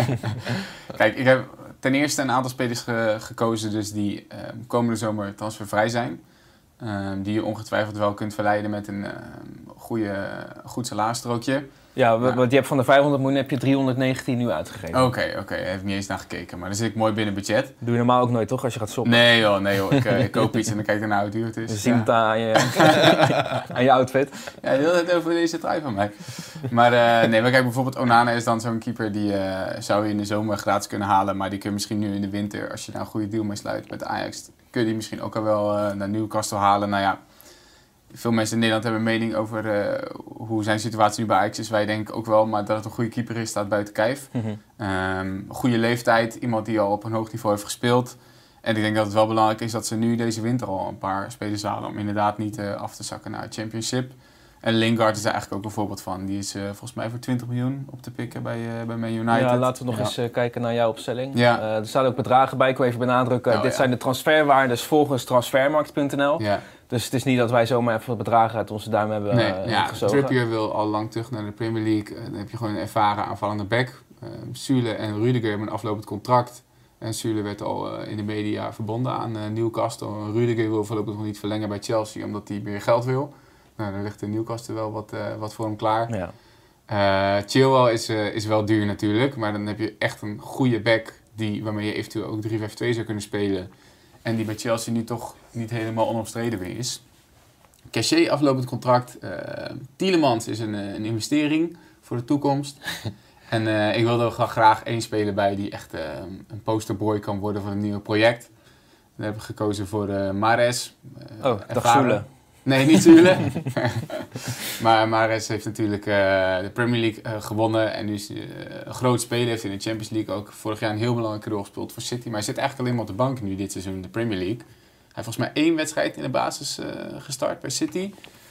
Kijk, ik heb ten eerste een aantal spelers ge- gekozen dus die uh, komende zomer transfervrij zijn. Uh, die je ongetwijfeld wel kunt verleiden met een uh, goede, goed salaarstrookje. Ja, w- Ja. want je hebt van de vijfhonderd miljoen heb je driehonderdnegentien nu uitgegeven. Oké, oké, okay, daar heb ik niet eens naar gekeken. Maar dan zit ik mooi binnen budget. Doe je normaal ook nooit toch, als je gaat shoppen? Nee joh, nee joh. Ik, uh, ik koop iets en dan kijk ik daarna hoe duur het is. We zien Ja. het aan je, aan je outfit. Ja, heel het over deze trui van mij. Maar uh, nee, maar kijk, bijvoorbeeld Onana is dan zo'n keeper die uh, zou je in de zomer gratis kunnen halen. Maar die kun je misschien nu in de winter, als je daar een goede deal mee sluit met Ajax, kun je die misschien ook al wel uh, naar Newcastle halen. Nou ja, veel mensen in Nederland hebben een mening over uh, hoe zijn situatie nu bij Ajax is. Wij denken ook wel, maar dat het een goede keeper is, staat buiten kijf. Mm-hmm. Um, goede leeftijd, iemand die al op een hoog niveau heeft gespeeld. En ik denk dat het wel belangrijk is dat ze nu deze winter al een paar spelers halen om inderdaad niet uh, af te zakken naar het Championship. En Lingard is daar eigenlijk ook een voorbeeld van. Die is uh, volgens mij voor twintig miljoen op te pikken bij, uh, bij Man United. Ja, laten we nog Ja. eens uh, kijken naar jouw opstelling. Ja. Uh, er staan ook bedragen bij, ik wil even benadrukken. Oh, Dit ja. zijn de transferwaardes volgens transfermarkt punt n l. Ja. Dus het is niet dat wij zomaar even wat bedragen uit onze duim hebben Nee, uh, ja, gezogen. Trippier wil al lang terug naar de Premier League. Uh, dan heb je gewoon een ervaren aanvallende back. Uh, Süle en Rudiger hebben een aflopend contract. En Süle werd al uh, in de media verbonden aan uh, Newcastle. Rudiger wil voorlopig nog niet verlengen bij Chelsea, omdat hij meer geld wil. Nou, dan ligt de Newcastle wel wat, uh, wat voor hem klaar. Ja. Uh, Chilwell is, uh, is wel duur natuurlijk, maar dan heb je echt een goede back die, waarmee je eventueel ook drie vijf twee zou kunnen spelen. En die bij Chelsea nu toch niet helemaal onomstreden weer is. Caché aflopend contract. Uh, Tielemans is een, een investering voor de toekomst. En uh, ik wilde er graag, graag één speler bij die echt uh, een posterboy kan worden van een nieuw project. Dan heb ik gekozen voor uh, Mahrez. Uh, Oh, dag Soele. Nee, niet Süle. Maar Mahrez heeft natuurlijk uh, de Premier League uh, gewonnen. En nu is uh, een groot speler. Heeft in de Champions League ook vorig jaar een heel belangrijke rol gespeeld voor City. Maar hij zit eigenlijk alleen maar op de bank nu dit seizoen in de Premier League. Hij heeft volgens mij één wedstrijd in de basis uh, gestart bij City.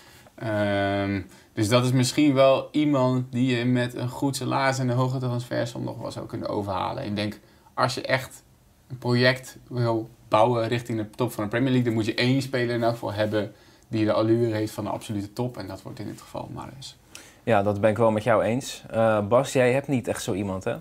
Um, dus dat is misschien wel iemand die je met een goed salaris en een hoge transfersom nog wel zou kunnen overhalen. En ik denk, als je echt een project wil bouwen richting de top van de Premier League, dan moet je één speler in elk geval hebben die de allure heeft van de absolute top. En dat wordt in dit geval Mahrez. Ja, dat ben ik wel met jou eens. Uh, Bas, jij hebt niet echt zo iemand, hè?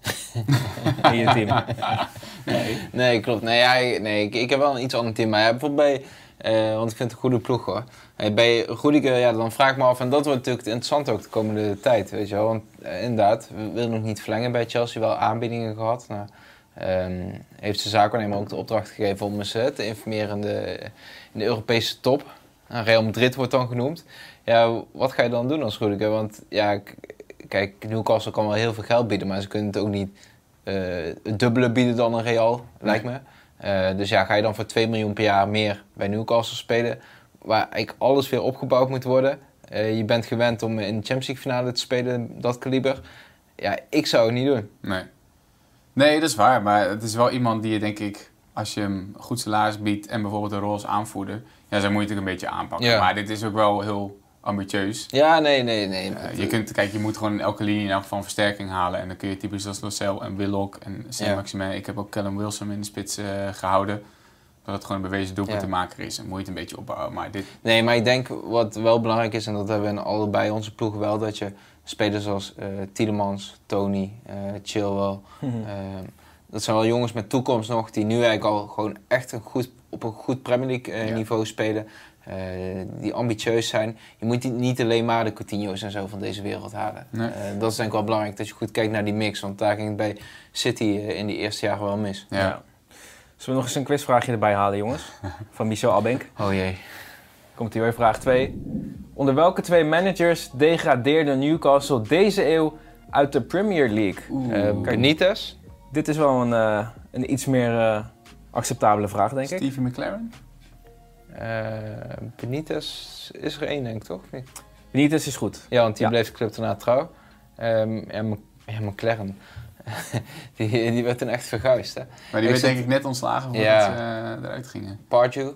In je team. Nee, nee klopt. Nee, ja, nee ik, ik heb wel een iets ander team. Maar ja, bijvoorbeeld bij, uh, want ik vind het een goede ploeg hoor. Hey, bij Rudiger, ja, dan vraag ik me af, en dat wordt natuurlijk interessant ook de komende tijd, weet je wel. Want uh, inderdaad, we willen nog niet verlengen bij Chelsea, wel aanbiedingen gehad. Nou, um, heeft de zaakwaarnemer ook de opdracht gegeven om eens uh, te informeren in de, in de Europese top. Nou, Real Madrid wordt dan genoemd. Ja, wat ga je dan doen als Rudiger? Want ja, k- kijk, Newcastle kan wel heel veel geld bieden, maar ze kunnen het ook niet uh, het dubbele bieden dan een Real, lijkt me. Uh, dus ja, ga je dan voor twee miljoen per jaar meer bij Newcastle spelen, waar eigenlijk alles weer opgebouwd moet worden. Uh, je bent gewend om in de Champions League finale te spelen, dat kaliber. Ja, ik zou het niet doen. Nee. Nee, dat is waar. Maar het is wel iemand die je, denk ik, als je hem een goed salaris biedt en bijvoorbeeld een rol als aanvoerder, ja, zo moet je het ook een beetje aanpakken. Ja. Maar dit is ook wel heel ambitieus. Ja, nee, nee, nee. Uh, je kunt, kijk, je moet gewoon in elke linie in elk geval een versterking halen. En dan kun je typisch als Lo en Willock en Saint-Maximin. Ja. Ik heb ook Callum Wilson in de spits uh, gehouden. Dat het gewoon een bewezen doelpunt te maken is. En moet je het een beetje opbouwen. Maar dit... Nee, maar ik denk wat wel belangrijk is, en dat hebben we in allebei onze ploegen wel, dat je spelers zoals uh, Tielemans, Tony, uh, Chilwell, mm-hmm. uh, dat zijn wel jongens met toekomst nog, die nu eigenlijk al gewoon echt een goed, op een goed Premier League uh, ja. niveau spelen. uh, die ambitieus zijn. Je moet niet alleen maar de Coutinho's en zo van deze wereld halen. Nee. Uh, dat is denk ik wel belangrijk, dat je goed kijkt naar die mix. Want daar ging het bij City uh, in die eerste jaren wel mis. Ja. Ja. Zullen we nog eens een quizvraagje erbij halen, jongens? Van Michel Albenk. Oh jee. Komt hier weer vraag twee. Onder welke twee managers degradeerde Newcastle deze eeuw uit de Premier League? Uh, Benitez? Dit is wel een, uh, een iets meer uh, acceptabele vraag, denk ik. Stevie McLaren? Uh, Benitez is er één, denk ik, toch? Benitez is goed. Ja, want die Ja. bleef de club daarna trouw. Um, en ja, McLaren. die, die werd toen echt verguisd, hè. Maar die Ik werd zit- denk ik net ontslagen voordat Ja. ze uh, eruit gingen. Pardew.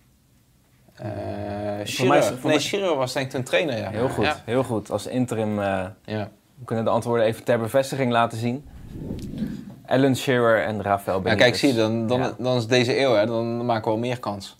Uh, mij Shearer. is- voor Nee, mij- Shearer was denk ik toen trainer, ja. Heel goed, Ja. heel goed. Als interim uh, Ja. we kunnen de antwoorden even ter bevestiging laten zien. Alan Shearer en Rafael Ja, Benitez. kijk, zie je, dan, dan, Ja. dan is deze eeuw, hè, dan maken we wel meer kans.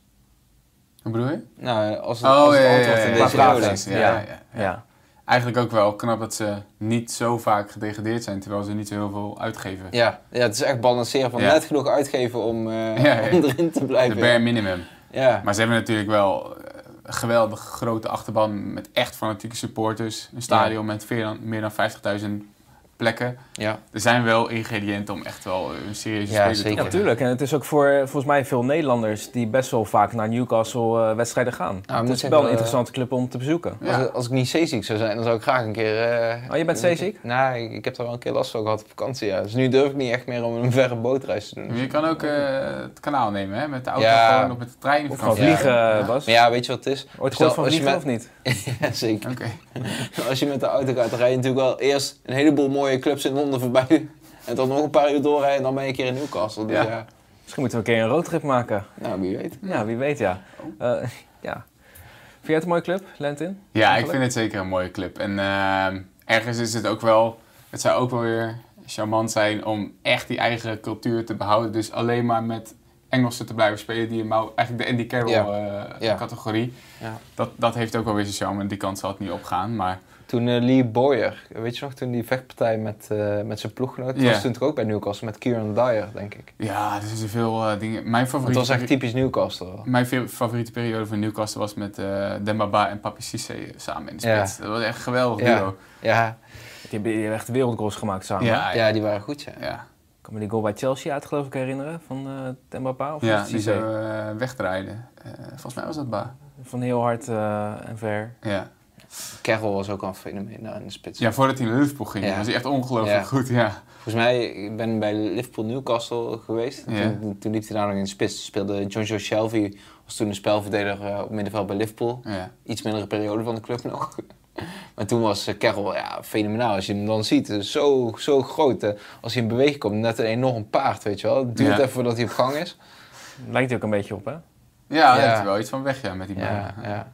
Hoe bedoel je? Nou, als het, Oh, als het ja, ja, antwoord ja, in ja, deze ja, eeuw precies. ligt. Ja, Ja. ja, ja. Ja. Eigenlijk ook wel knap dat ze niet zo vaak gedegradeerd zijn, terwijl ze niet zo heel veel uitgeven. Ja, ja, het is echt balanceren van Ja. net genoeg uitgeven om, uh, Ja, ja. om erin te De blijven. bare minimum. Ja. Maar ze hebben natuurlijk wel een geweldig grote achterban met echt fanatieke supporters. Een stadion met meer dan, meer dan vijftigduizend plekken. Ja. Er zijn wel ingrediënten om echt wel een serieuze Ja, speler te zeker. Ja, worden. tuurlijk. En het is ook voor volgens mij veel Nederlanders die best wel vaak naar Newcastle uh, wedstrijden gaan. moet het is zeggen, wel een uh, interessante club om te bezoeken. Ja. Als, als ik niet zeeziek zou zijn, dan zou ik graag een keer... Uh, Oh, je bent zeeziek? Nou, ik, ik heb er wel een keer last van gehad op vakantie, ja. Dus nu durf ik niet echt meer om een verre bootreis te doen. Maar je kan ook uh, het kanaal nemen, hè? Met de auto Ja. gewoon of met de trein. Of gewoon Ja. vliegen, Ja. uh, Bas. Maar ja, weet je wat het is? Ooit Stel, gehoord van als je vliegen met- of niet? Ja, zeker. Oké. Als je met de auto gaat, dan rij je natuurlijk wel eerst een heleboel mooie clubs in Londen voorbij. En dan nog een paar uur doorrijden en dan ben je een keer in Newcastle. Dus Ja. ja, Misschien moeten we een keer een roadtrip maken. nou wie weet. Ja, wie weet ja. Uh, ja. Vind jij het een mooie club, Lentin? Ja, ik Eigenlijk? vind het zeker een mooie club. En uh, ergens is het ook wel... Het zou ook wel weer charmant zijn om echt die eigen cultuur te behouden. Dus alleen maar met Engelsen te blijven spelen. Die maar eigenlijk de Andy Carroll Ja. uh, Ja. categorie. Ja. Dat, dat heeft ook wel weer zijn charme. En die kant zal het niet opgaan. Maar Toen uh, Lee Boyer, weet je nog, toen die vechtpartij met, uh, met zijn ploeggenoot, Ja. was toen toch ook bij Newcastle met Kieran Dyer, denk ik. ja, er zijn zoveel uh, dingen. Mijn Want dat favoriete, was echt typisch Newcastle. mijn ve- favoriete periode van Newcastle was met uh, Dembaba en Papi Cissé samen in de Ja. spits. Dat was echt een geweldig Ja. duo. Ja, Die hebben, die hebben echt wereldgoals gemaakt samen. Ja, ja, die waren goed, ja. ja. Ik kan me die goal bij Chelsea uit geloof ik herinneren van uh, Dembaba of Ja, was het die Cissé? zo uh, wegdraaiden. Uh, volgens mij was dat Ba. Van heel hard uh, en ver. Ja. Carroll was ook al een fenomeen daar in de spits. ja, voordat hij naar Liverpool ging, Ja. was hij echt ongelooflijk Ja. goed. Ja. Volgens mij, ik ben bij Liverpool Newcastle geweest. Ja. Toen, toen liep hij daar nog in de spits. Speelde John Joe Shelby, was toen een spelverdeler uh, op middenveld bij Liverpool. Ja. Iets mindere periode van de club nog. Maar toen was uh, Carroll ja, fenomenaal. Als je hem dan ziet, uh, zo, zo groot. Uh, als hij in beweging komt, net een enorm paard, weet je wel. Het duurt Ja. even voordat hij op gang is. Lijkt hij ook een beetje op, hè? Ja, Ja. daar heeft hij wel iets van weg ja, met die bal. Ja, ja.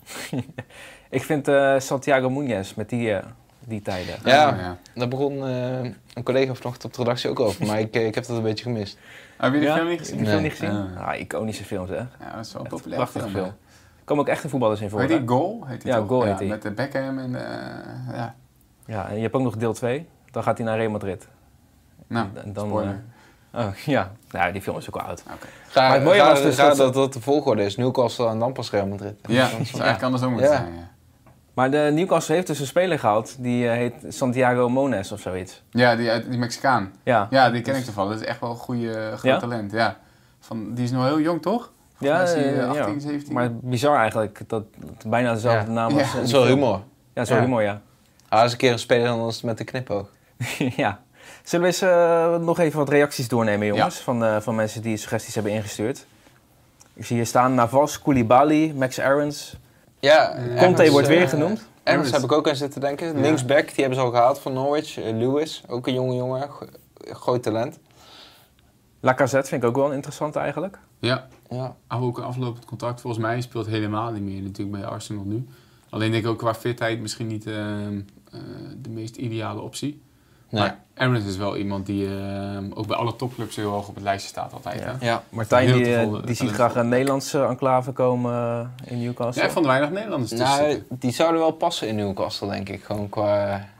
Ik vind uh, Santiago Muñoz met die, uh, die tijden. Ja. Oh, ja. Daar begon uh, een collega vanochtend op de redactie ook over. Maar ik, ik heb dat een beetje gemist. Heb je die Ja? film niet Heb gezien? je die film Nee. niet gezien? Ja. Ah, iconische film, zeg. Ja, dat is wel een Echt populair prachtige film. film. ja. Er komen ook echte voetballers in voor. Heet hè? die Goal? Heet die Ja, toch? Goal heet die. Met de Beckham en uh, ja. Ja, en je hebt ook nog deel twee. Dan gaat hij naar Real Madrid. Nou, En dan, spoiler. uh, oh, ja. Nou, die film is ook al oud. Oké. Ga, Maar het mooie ga- was dus ga dat- dat dat de volgorde is. Newcastle en dan pas Real Madrid. Ja, dat zou eigenlijk anders ook moeten Ja. zijn. Ja. Maar de Newcastle heeft dus een speler gehaald. Die uh, heet Santiago Mones of zoiets. Ja, die, uit- die Mexicaan. Ja, Ja, die ken ik toevallig. Dat is echt wel een goede, groot Ja? talent. Ja. Van, die is nog heel jong, toch? ja, Volgens mij is hij, uh, uh, achttien, ja. zeventien. Maar bizar eigenlijk dat het bijna dezelfde Ja. naam Ja. was. in Dat is die wel film. humor. Ja, zo Ja. humor, ja. Ah, als een keer een speler dan is het met de knipoog. Ja. Zullen we eens uh, nog even wat reacties doornemen, jongens? Van, uh, van mensen die suggesties hebben ingestuurd. Ik zie hier staan Navas, Koulibaly, Max Aarons. Ja, Conte wordt weer uh, genoemd. Ernst heb ik ook aan zitten denken. Ja. Linksback, die hebben ze al gehaald van Norwich. Uh, Lewis, ook een jonge jongen. Go- groot talent. Lacazette vind ik ook wel een interessante eigenlijk. Ja, Ja. hou ook een aflopend contract. Volgens mij speelt helemaal niet meer natuurlijk bij Arsenal nu. Alleen denk ik ook qua fitheid misschien niet uh, uh, de meest ideale optie. Nee. Maar Aarons is wel iemand die uh, ook bij alle topclubs heel hoog op het lijstje staat altijd. Ja. Hè? Ja. Martijn Heel die, te uh, vol, die ziet talent graag vol. een Nederlandse enclave komen uh, in Newcastle. Ja, van weinig Nederlanders tussen Nou, zitten. die zouden wel passen in Newcastle, denk ik. Gewoon qua,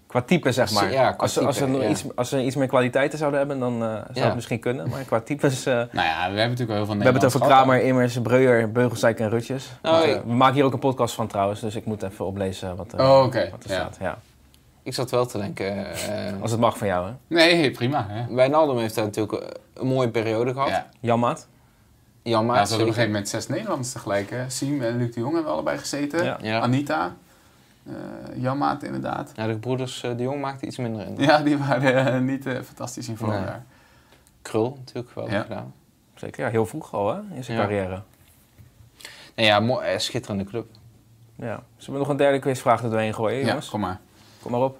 Qua type, zeg maar. Ja, qua als, ze, als, ze type, nog ja. iets, als ze iets meer kwaliteiten zouden hebben, dan uh, zou Ja. het misschien kunnen. Maar qua types... Uh, Nou ja, we hebben natuurlijk wel heel veel we hebben het over Nederlands Kramer, Immers, Breuer, Beugelsdijk en Rutjes. Oh, Want, uh, ik- we maken hier ook een podcast van trouwens, dus ik moet even oplezen wat, uh, Oh, oké. wat er Ja. staat. Ja. Ik zat wel te denken... Uh, Als het mag van jou, hè? Nee, prima. Hè? Wijnaldum heeft daar natuurlijk een mooie periode gehad. Ja. Jan Maat? Jan Ja, Maat. ze hadden op een gegeven moment zes Nederlanders tegelijk. Hè? Siem en Luc de Jong hebben allebei gezeten. Ja. Ja. Anita. Uh, Jan Maat inderdaad. Ja, de broeders uh, de Jong maakte iets minder in. Ja, die waren uh, niet uh, fantastisch in vorm Nee. daar. Krul natuurlijk wel Ja. gedaan. Zeker, ja, heel vroeg al, hè? In zijn Ja. carrière. Nee, ja, mo- eh, schitterende club. Ja. Zullen we nog een derde quizvraag er doorheen gooien, Ja, jongens? kom maar. Kom maar op.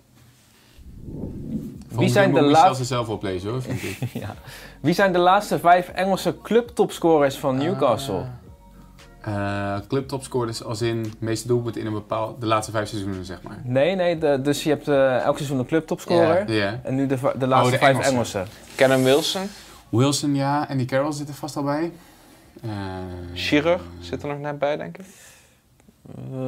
Volgens zijn mij de moet laat- Michel ze zelf oplezen hoor, vind ik. Ja. Wie zijn de laatste vijf Engelse clubtopscorers van Newcastle? Uh, clubtopscorers als in meeste doelpunten in een bepaald... de laatste vijf seizoenen, zeg maar. Nee, nee, de, dus je hebt uh, elk seizoen een clubtopscorer. Ja. En nu de, va- de laatste de vijf Engelsen. Engelsen. Callum Wilson. Wilson, ja. En die Carroll zit er vast al bij. Uh, Shearer zit er nog net bij, denk ik. Uh,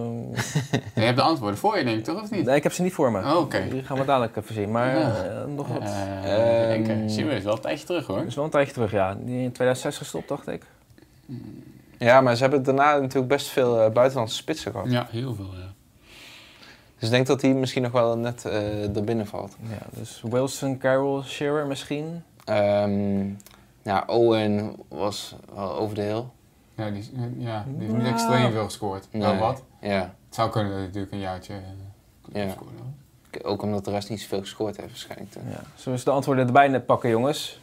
je hebt de antwoorden voor je, denk ik, toch? Of niet? nee, ik heb ze niet voor me. Oh, oké. Okay. Die gaan we dadelijk even zien. Maar Ja. uh, nog wat. Uh, Um, ik denk, Shearer is wel een tijdje terug, hoor. Dat is wel een tijdje terug, ja. Die in tweeduizend zes gestopt, dacht ik. Ja, maar ze hebben daarna natuurlijk best veel uh, buitenlandse spitsen gehad. Ja, heel veel, ja. Dus ik denk dat hij misschien nog wel net uh, er binnen valt. Ja, dus Wilson, Carroll, Shearer misschien. Um, ja, Owen was wel over de heel. Ja, die, ja, die heeft niet extreem veel gescoord. Nee. Wel wat. Ja. Het zou kunnen dat hij natuurlijk een jaartje uh, Ja. scoren. Ook omdat de rest niet zoveel gescoord heeft waarschijnlijk. Toen. Ja. Zullen we de antwoorden erbij net pakken, jongens?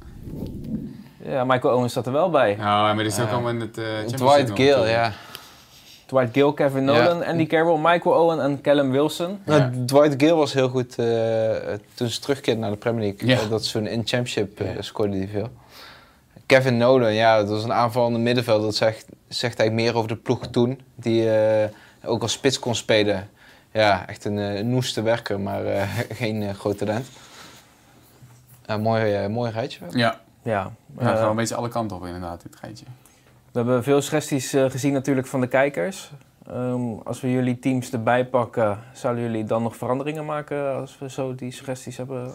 Ja, Michael Owen staat er wel bij. Ja, maar dit is ook Ja. allemaal in het uh, Dwight Gale, ja. Dwight Gale, Kevin Nolan, Ja. Andy Carroll, Michael Owen en Callum Wilson. Nou, Ja. Dwight Gale was heel goed uh, toen ze terugkeerde naar de Premier League. Ja. Uh, dat seizoen in Championship uh, Ja. scoorde hij veel. Kevin Nolan, ja, dat was een aanvallende middenveld. Dat zegt, zegt eigenlijk meer over de ploeg toen. Die uh, ook als spits kon spelen. Ja, echt een uh, noeste werker, maar uh, geen uh, groot talent. Uh, mooi, uh, mooi rijtje. Ja, Ja, we gaan uh, gewoon een beetje alle kanten op inderdaad, dit geitje. we hebben veel suggesties uh, gezien natuurlijk van de kijkers. Um, als we jullie teams erbij pakken, zouden jullie dan nog veranderingen maken als we zo die suggesties hebben?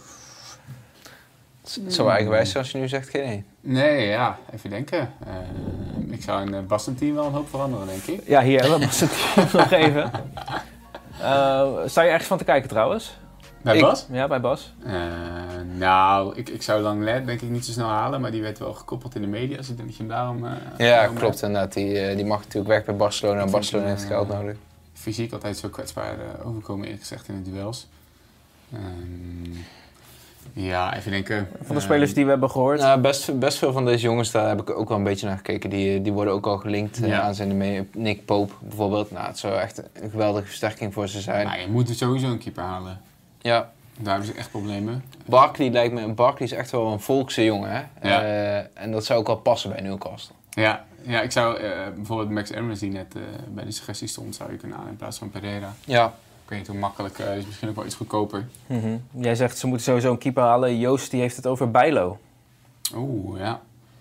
Het zou eigenwijs zijn als je nu zegt geen één. Nee, ja, even denken. Uh, ik zou in het Boston-team wel een hoop veranderen, denk ik. Ja, hier hebben we het nog even. Uh, sta je ergens van te kijken trouwens? Bij Ik- Bas? Ja, bij Bas. Uh, nou, ik, ik zou dan Led denk ik niet zo snel halen, maar die werd wel gekoppeld in de media, dus ik denk dat je hem daarom... Uh, Ja, daarom klopt inderdaad. Die, uh, die mag natuurlijk weg bij Barcelona en Ik Barcelona vind, heeft uh, geld nodig. Fysiek altijd zo kwetsbaar uh, overkomen, eerlijk gezegd, in de duels. Um, ja, even denken. Van de spelers die we hebben gehoord. Nou, best, best veel van deze jongens, daar heb ik ook wel een beetje naar gekeken. Die, die worden ook al gelinkt uh, Ja. aan zijn mee. Nick Pope bijvoorbeeld. Nou, het zou echt een geweldige versterking voor ze zijn. Nou, je moet er sowieso een keeper halen. Ja, Daar hebben ze echt problemen. Barkley lijkt me... Barkley is echt wel een volkse jongen, hè? Ja. Uh, en dat zou ook wel passen bij Newcastle. Ja, ja ik zou uh, bijvoorbeeld Max Emmons, die net uh, bij de suggestie stond, zou je kunnen halen in plaats van Pereira. Ja. Ik weet niet hoe makkelijk, uh, is misschien ook wel iets goedkoper. Mm-hmm. Jij zegt ze moeten sowieso een keeper halen. Joost die heeft het over Bijlo. Oeh, ja.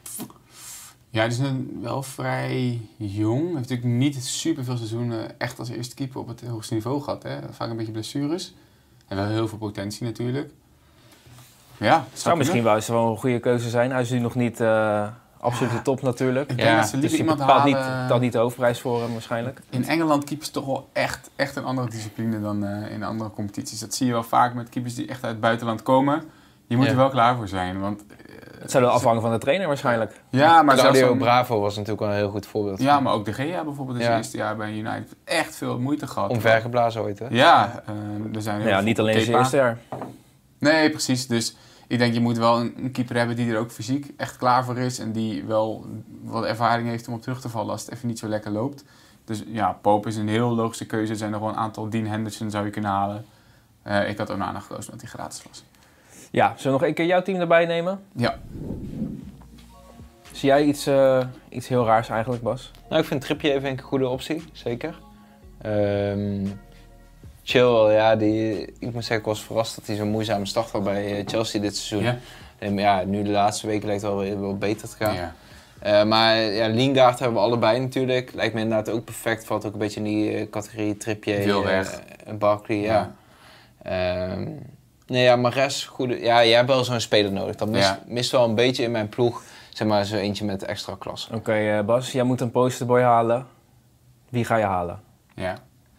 Ja, die is een, wel vrij jong. Heeft natuurlijk niet super veel seizoenen echt als eerste keeper op het hoogste niveau gehad. Hè? Vaak een beetje blessures. En wel heel veel potentie natuurlijk. Ja, Zou misschien wel eens wel een goede keuze zijn. Hij is nu nog niet uh, absoluut de top natuurlijk. Ik denk Ja, dat ze Dus liever je iemand bepaalt halen... niet, dat niet de hoofdprijs voor hem waarschijnlijk. In Engeland keepers toch wel echt, echt een andere discipline dan uh, in andere competities. Dat zie je wel vaak met keepers die echt uit het buitenland komen. Je moet Ja. er wel klaar voor zijn. Want, uh, Het zou wel afhangen van de trainer waarschijnlijk. ja, maar zelfs Claudio dan- Bravo was natuurlijk wel een heel goed voorbeeld. Ja, maar ook De Gea bijvoorbeeld in zijn Ja. eerste jaar bij United heeft echt veel moeite gehad. Omvergeblazen ooit, hè? Ja, uh, er zijn heel Ja, veel- niet alleen zijn Kepa. eerste jaar. Nee, precies. Dus ik denk je moet wel een, een keeper hebben die er ook fysiek echt klaar voor is. En die wel wat ervaring heeft om op terug te vallen als het even niet zo lekker loopt. Dus ja, Pope is een heel logische keuze. Er zijn nog wel een aantal. Dean Henderson zou je kunnen halen. Uh, ik had Onana gekozen omdat hij gratis was. Ja, zullen we nog één keer jouw team erbij nemen? Ja. Zie jij iets, uh, iets heel raars eigenlijk, Bas? Nou, ik vind Trippier even een goede optie, zeker. Um, Chilwell, ja, die, ik moet zeggen, ik was verrast dat hij zo'n moeizame start had bij Chelsea dit seizoen. Ja. En ja, nu de laatste weken lijkt het wel, weer- wel beter te gaan. Ja. Uh, maar ja, Lingard hebben we allebei natuurlijk. Lijkt me inderdaad ook perfect. Valt ook een beetje in die uh, categorie Trippier Veel weg. en uh, Barkley. Ja. Um, nee, ja, Mahrez, goede... Ja, jij hebt wel zo'n speler nodig. Dat mist, ja. mist wel een beetje in mijn ploeg. Zeg maar, zo eentje met extra klasse. Oké, okay, uh, Bas, jij moet een posterboy halen. Wie ga je halen? Ja.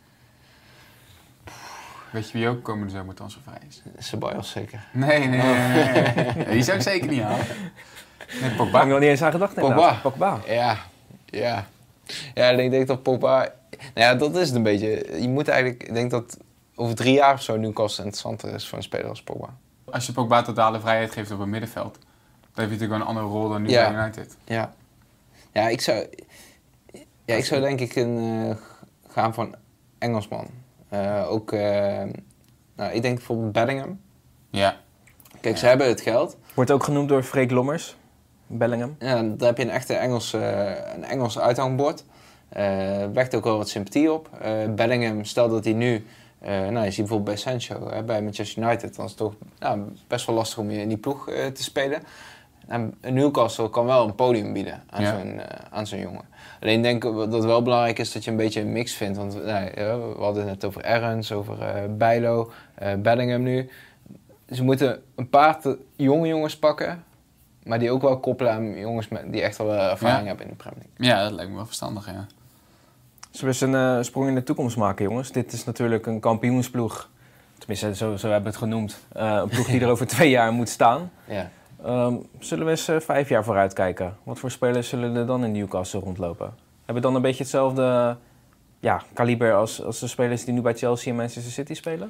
Weet je wie ook komende zomer transfervrij is? Ceballos zeker. Nee, nee, nee. nee, nee. nee die zou ik zeker niet halen. Nee, Pogba. Daar heb ik nog niet eens aan gedacht. Pogba. Pogba. Ja, ja. Ja, ik denk dat Pogba... Nou ja, dat is het een beetje. Je moet eigenlijk... Ik denk dat over drie jaar of zo Newcastle interessanter is voor een speler als Pogba. Als je Pogba totale vrijheid geeft op het middenveld, dan heeft hij natuurlijk wel een andere rol dan nu ja. bij United. Ja. Ja, ik zou... Ja, ik zou denk ik een, uh, gaan voor een Engelsman. Uh, ook... Uh, nou, ik denk bijvoorbeeld Bellingham. Ja. Kijk, ja. ze hebben het geld. Wordt ook genoemd door Freek Lommers. Bellingham. Ja, daar heb je een echte Engelse, uh, een Engels uithangbord. Uh, wekt ook wel wat sympathie op. Uh, Bellingham, stel dat hij nu... Uh, nou, je ziet bijvoorbeeld bij Sancho, hè, bij Manchester United. Dan is het toch nou, best wel lastig om je in die ploeg uh, te spelen. En Newcastle kan wel een podium bieden aan, ja. zo'n, uh, aan zo'n jongen. Alleen denk ik dat het wel belangrijk is dat je een beetje een mix vindt. Want uh, we hadden het over Aarons, over uh, Bijlo, uh, Bellingham nu. Ze moeten een paar te jonge jongens pakken... maar die ook wel koppelen aan jongens met, die echt wel ervaring ja. hebben in de Premier League. Ja, dat lijkt me wel verstandig, ja. Zullen we eens een uh, sprong in de toekomst maken, jongens? Dit is natuurlijk een kampioensploeg. Tenminste, zo, zo hebben we het genoemd. Uh, een ploeg die er over twee jaar moet staan. Ja. Um, zullen we eens uh, vijf jaar vooruit kijken? Wat voor spelers zullen er dan in Newcastle rondlopen? Hebben dan een beetje hetzelfde ja, kaliber als, als de spelers die nu bij Chelsea en Manchester City spelen?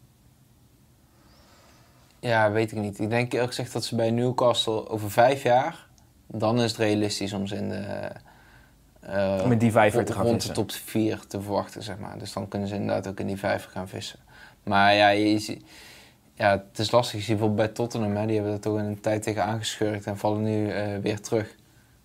Ja, weet ik niet. Ik denk eerlijk gezegd dat ze bij Newcastle over vijf jaar... dan is het realistisch om ze in de... Uh, met die vijver te gaan rond vissen. de top vier te verwachten, zeg maar. Dus dan kunnen ze inderdaad ook in die vijver gaan vissen. Maar ja, je, je, ja het is lastig. Je ziet bijvoorbeeld bij Tottenham, hè, die hebben er toch een tijd tegen aangeschurkt en vallen nu uh, weer terug.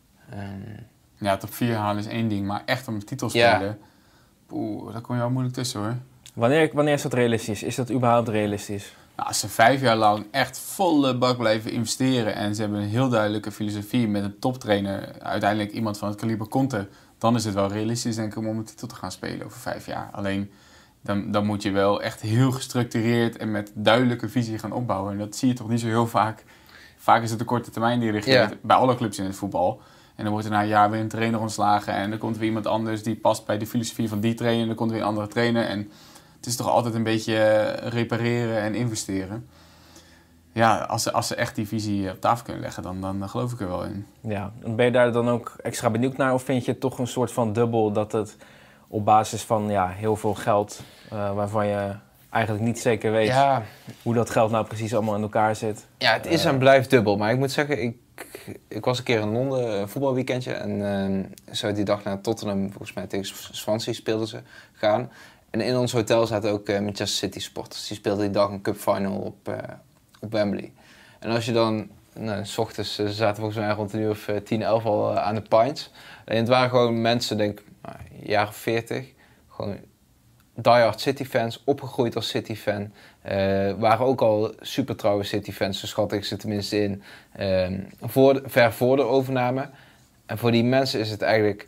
Um, ja, top vier halen is één ding, maar echt om de titel spelen... Ja. Oeh, daar kom je wel moeilijk tussen, hoor. Wanneer, wanneer is dat realistisch? Is dat überhaupt realistisch? Nou, als ze vijf jaar lang echt volle bak blijven investeren en ze hebben een heel duidelijke filosofie met een toptrainer, uiteindelijk iemand van het kaliber Conte, dan is het wel realistisch, denk ik, om om een titel te gaan spelen over vijf jaar. Alleen, dan, dan moet je wel echt heel gestructureerd en met duidelijke visie gaan opbouwen. En dat zie je toch niet zo heel vaak. Vaak is het de korte termijn die regeert, ja. bij alle clubs in het voetbal. En dan wordt er na een jaar weer een trainer ontslagen en dan komt weer iemand anders die past bij de filosofie van die trainer en dan komt weer een andere trainer. En het is toch altijd een beetje repareren en investeren. Ja, als ze, als ze echt die visie op tafel kunnen leggen, dan, dan geloof ik er wel in. Ja, ben je daar dan ook extra benieuwd naar? Of vind je het toch een soort van dubbel dat het op basis van ja, heel veel geld... Uh, waarvan je eigenlijk niet zeker weet ja. hoe dat geld nou precies allemaal in elkaar zit? Ja, het is en uh, blijft dubbel. Maar ik moet zeggen, ik, ik was een keer in Londen, een voetbalweekendje. En uh, zo die dag naar Tottenham, volgens mij tegen Swansea speelden ze, gaan... En in ons hotel zaten ook uh, Manchester City supporters. Die speelden die dag een cupfinal op, uh, op Wembley. En als je dan, nou, 's ochtends uh, zaten volgens mij rond een uur of uh, tien, elf al uh, aan de pints. En het waren gewoon mensen, denk ik, nou, een jaar of veertig. Gewoon diehard City-fans, opgegroeid als City-fan. Uh, waren ook al super trouwe City-fans, zo schat ik ze tenminste in. Uh, voor, ver voor de overname. En voor die mensen is het eigenlijk,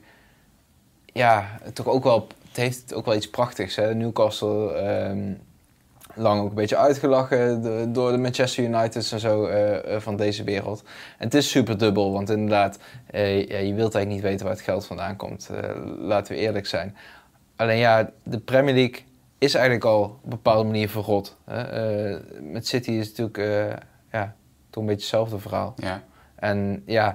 ja, toch ook wel... Het heeft ook wel iets prachtigs. Hè? Newcastle, um, lang ook een beetje uitgelachen de, door de Manchester Uniteds en zo uh, uh, van deze wereld. En het is super dubbel, want inderdaad, uh, ja, je wilt eigenlijk niet weten waar het geld vandaan komt. Uh, laten we eerlijk zijn. Alleen ja, de Premier League is eigenlijk al op een bepaalde manier verrot. Hè? Uh, met City is het natuurlijk uh, ja, toch een beetje hetzelfde verhaal. Ja. En ja...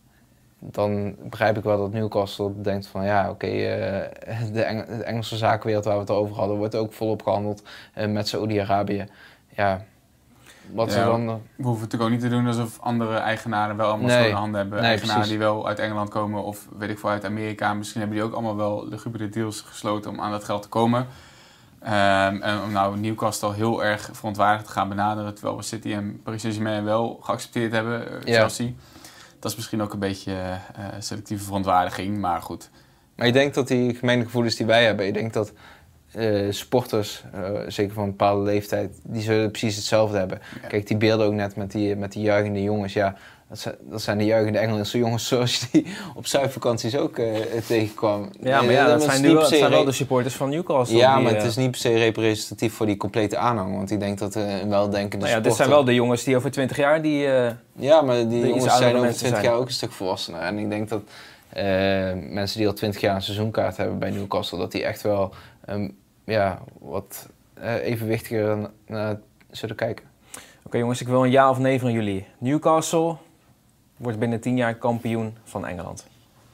dan begrijp ik wel dat Newcastle denkt van ja, oké, okay, uh, de, Eng- de Engelse zakenwereld waar we het over hadden, wordt ook volop gehandeld uh, met Saoedi-Arabië. Ja, wat ja, ze dan... We hoeven natuurlijk ook niet te doen alsof andere eigenaren wel allemaal nee, schone handen hebben. Nee, eigenaren precies. die wel uit Engeland komen of weet ik veel uit Amerika. Misschien hebben die ook allemaal wel lugubere deals gesloten om aan dat geld te komen. Um, en om nou Newcastle heel erg verontwaardigd te gaan benaderen, terwijl we City en Paris Saint-Germain wel geaccepteerd hebben, uh, Chelsea. Ja. Dat is misschien ook een beetje uh, selectieve verontwaardiging, maar goed. Maar ik denk dat die gemene gevoelens die wij hebben, ik denk dat uh, sporters, uh, zeker van een bepaalde leeftijd, die zullen precies hetzelfde hebben. Ja. Kijk, die beelden ook net met die, met die juichende jongens. Ja, Dat zijn, dat zijn de juichende Engelse jongens zoals je die op zuidvakanties ook uh, tegenkwam. Ja, maar ja, uh, dat, dat zijn, nu wel, dat zijn wel de re- supporters van Newcastle. Ja, die, maar uh, het is niet per se representatief voor die complete aanhang. Want ik denk dat uh, een weldenkende nou ja, dit sporter... zijn wel de jongens die over twintig jaar die... Uh, ja, maar die, die jongens iets zijn oudere over mensen twintig zijn. jaar ook een stuk volwassener. En ik denk dat uh, mensen die al twintig jaar een seizoenkaart hebben bij Newcastle... dat die echt wel um, ja, wat uh, evenwichtiger naar uh, zullen kijken. Oké okay, jongens, ik wil een ja of nee van jullie. Newcastle wordt binnen tien jaar kampioen van Engeland.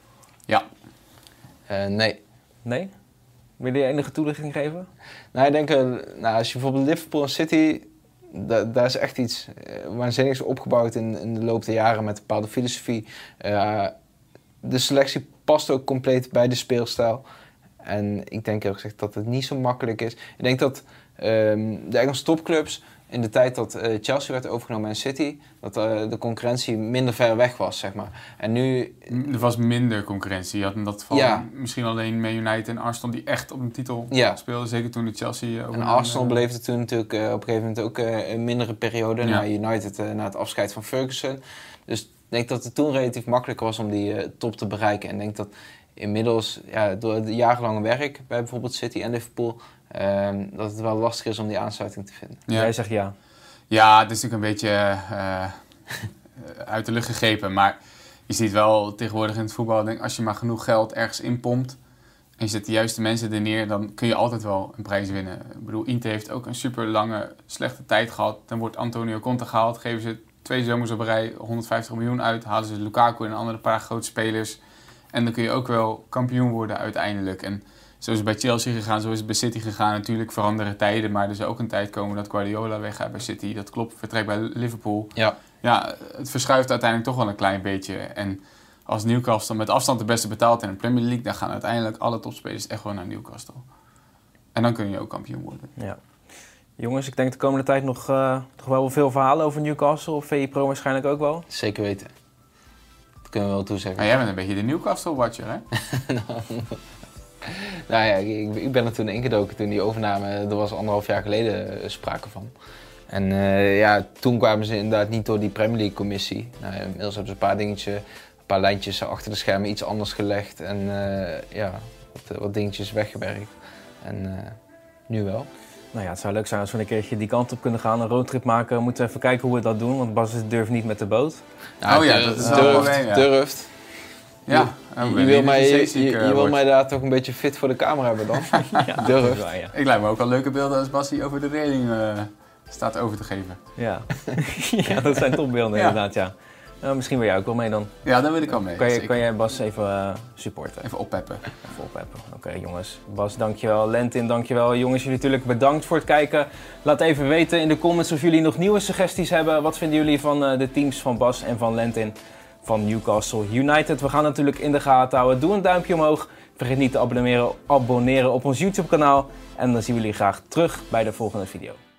Ja. Uh, nee. Nee? Wil je enige toelichting geven? Nou, ik denk, uh, nou, als je bijvoorbeeld Liverpool en City, da daar is echt iets uh, waanzinnigs opgebouwd in, in de loop der jaren met een bepaalde filosofie. Uh, de selectie past ook compleet bij de speelstijl. En ik denk eerlijk gezegd dat het niet zo makkelijk is. Ik denk dat um, de Engelse topclubs in de tijd dat uh, Chelsea werd overgenomen en City, dat uh, de concurrentie minder ver weg was, zeg maar. En nu... Er was minder concurrentie. Je had in dat geval ja. misschien alleen Man United en Arsenal die echt op een titel ja. speelden. Zeker toen de Chelsea... En Arsenal beleefde toen natuurlijk uh, op een gegeven moment ook uh, een mindere periode. Ja. Na United, uh, na het afscheid van Ferguson. Dus ik denk dat het toen relatief makkelijker was om die uh, top te bereiken. En ik denk dat inmiddels, ja, door het jarenlange werk bij bijvoorbeeld City en Liverpool, um, dat het wel lastig is om die aansluiting te vinden. Ja. Jij zegt ja. Ja, het is natuurlijk een beetje uh, uit de lucht gegrepen. Maar je ziet wel tegenwoordig in het voetbal, denk, als je maar genoeg geld ergens inpompt en je zet de juiste mensen er neer, dan kun je altijd wel een prijs winnen. Ik bedoel, Inter heeft ook een super lange, slechte tijd gehad. Dan wordt Antonio Conte gehaald, geven ze twee zomers op een rij honderdvijftig miljoen uit, halen ze Lukaku en een andere paar grote spelers. En dan kun je ook wel kampioen worden uiteindelijk. En zo is het bij Chelsea gegaan, zo is het bij City gegaan. Natuurlijk veranderen tijden, maar er zou ook een tijd komen dat Guardiola weggaat bij City. Dat klopt, vertrekt bij Liverpool. Ja. Ja, het verschuift uiteindelijk toch wel een klein beetje. En als Newcastle met afstand de beste betaalt in de Premier League, dan gaan uiteindelijk alle topspelers echt wel naar Newcastle. En dan kun je ook kampioen worden. Ja. Jongens, ik denk de komende tijd nog uh, toch wel veel verhalen over Newcastle. V I Pro waarschijnlijk ook wel. Zeker weten. Dat kunnen we wel toezeggen. Maar jij bent een beetje de Newcastle-watcher, hè? Nou ja, ik, ik ben er toen ingedoken toen die overname, er was anderhalf jaar geleden uh, sprake van. En uh, ja, toen kwamen ze inderdaad niet door die Premier League commissie. Nou, inmiddels hebben ze een paar dingetjes, een paar lijntjes achter de schermen iets anders gelegd en uh, ja, wat, wat dingetjes weggewerkt. En uh, nu wel. Nou ja, het zou leuk zijn als we een keertje die kant op kunnen gaan, een roadtrip maken. We moeten even kijken hoe we dat doen, want Bas durft niet met de boot. Nou, oh ja, dat is wel durft, probleem, ja. durft. Ja, je, je, wil mij, je, je, je wil mij daar toch een beetje fit voor de camera hebben dan? Ja, durft. Waar, ja. Ik lijkt me ook al leuke beelden als Bassie over de reling uh, staat over te geven. Ja, ja dat zijn topbeelden ja. inderdaad, ja. Nou, misschien wil jij ook wel mee dan. Ja, dan wil ik wel mee. Kan, je, kan jij Bas even uh, supporten? Even oppeppen. Even oppeppen. Oké okay, jongens. Bas, dankjewel. Lentin, dankjewel. Jongens, jullie natuurlijk bedankt voor het kijken. Laat even weten in de comments of jullie nog nieuwe suggesties hebben. Wat vinden jullie van uh, de teams van Bas en van Lentin van Newcastle United? We gaan natuurlijk in de gaten houden. Doe een duimpje omhoog. Vergeet niet te abonneren, abonneren op ons YouTube kanaal. En dan zien we jullie graag terug bij de volgende video.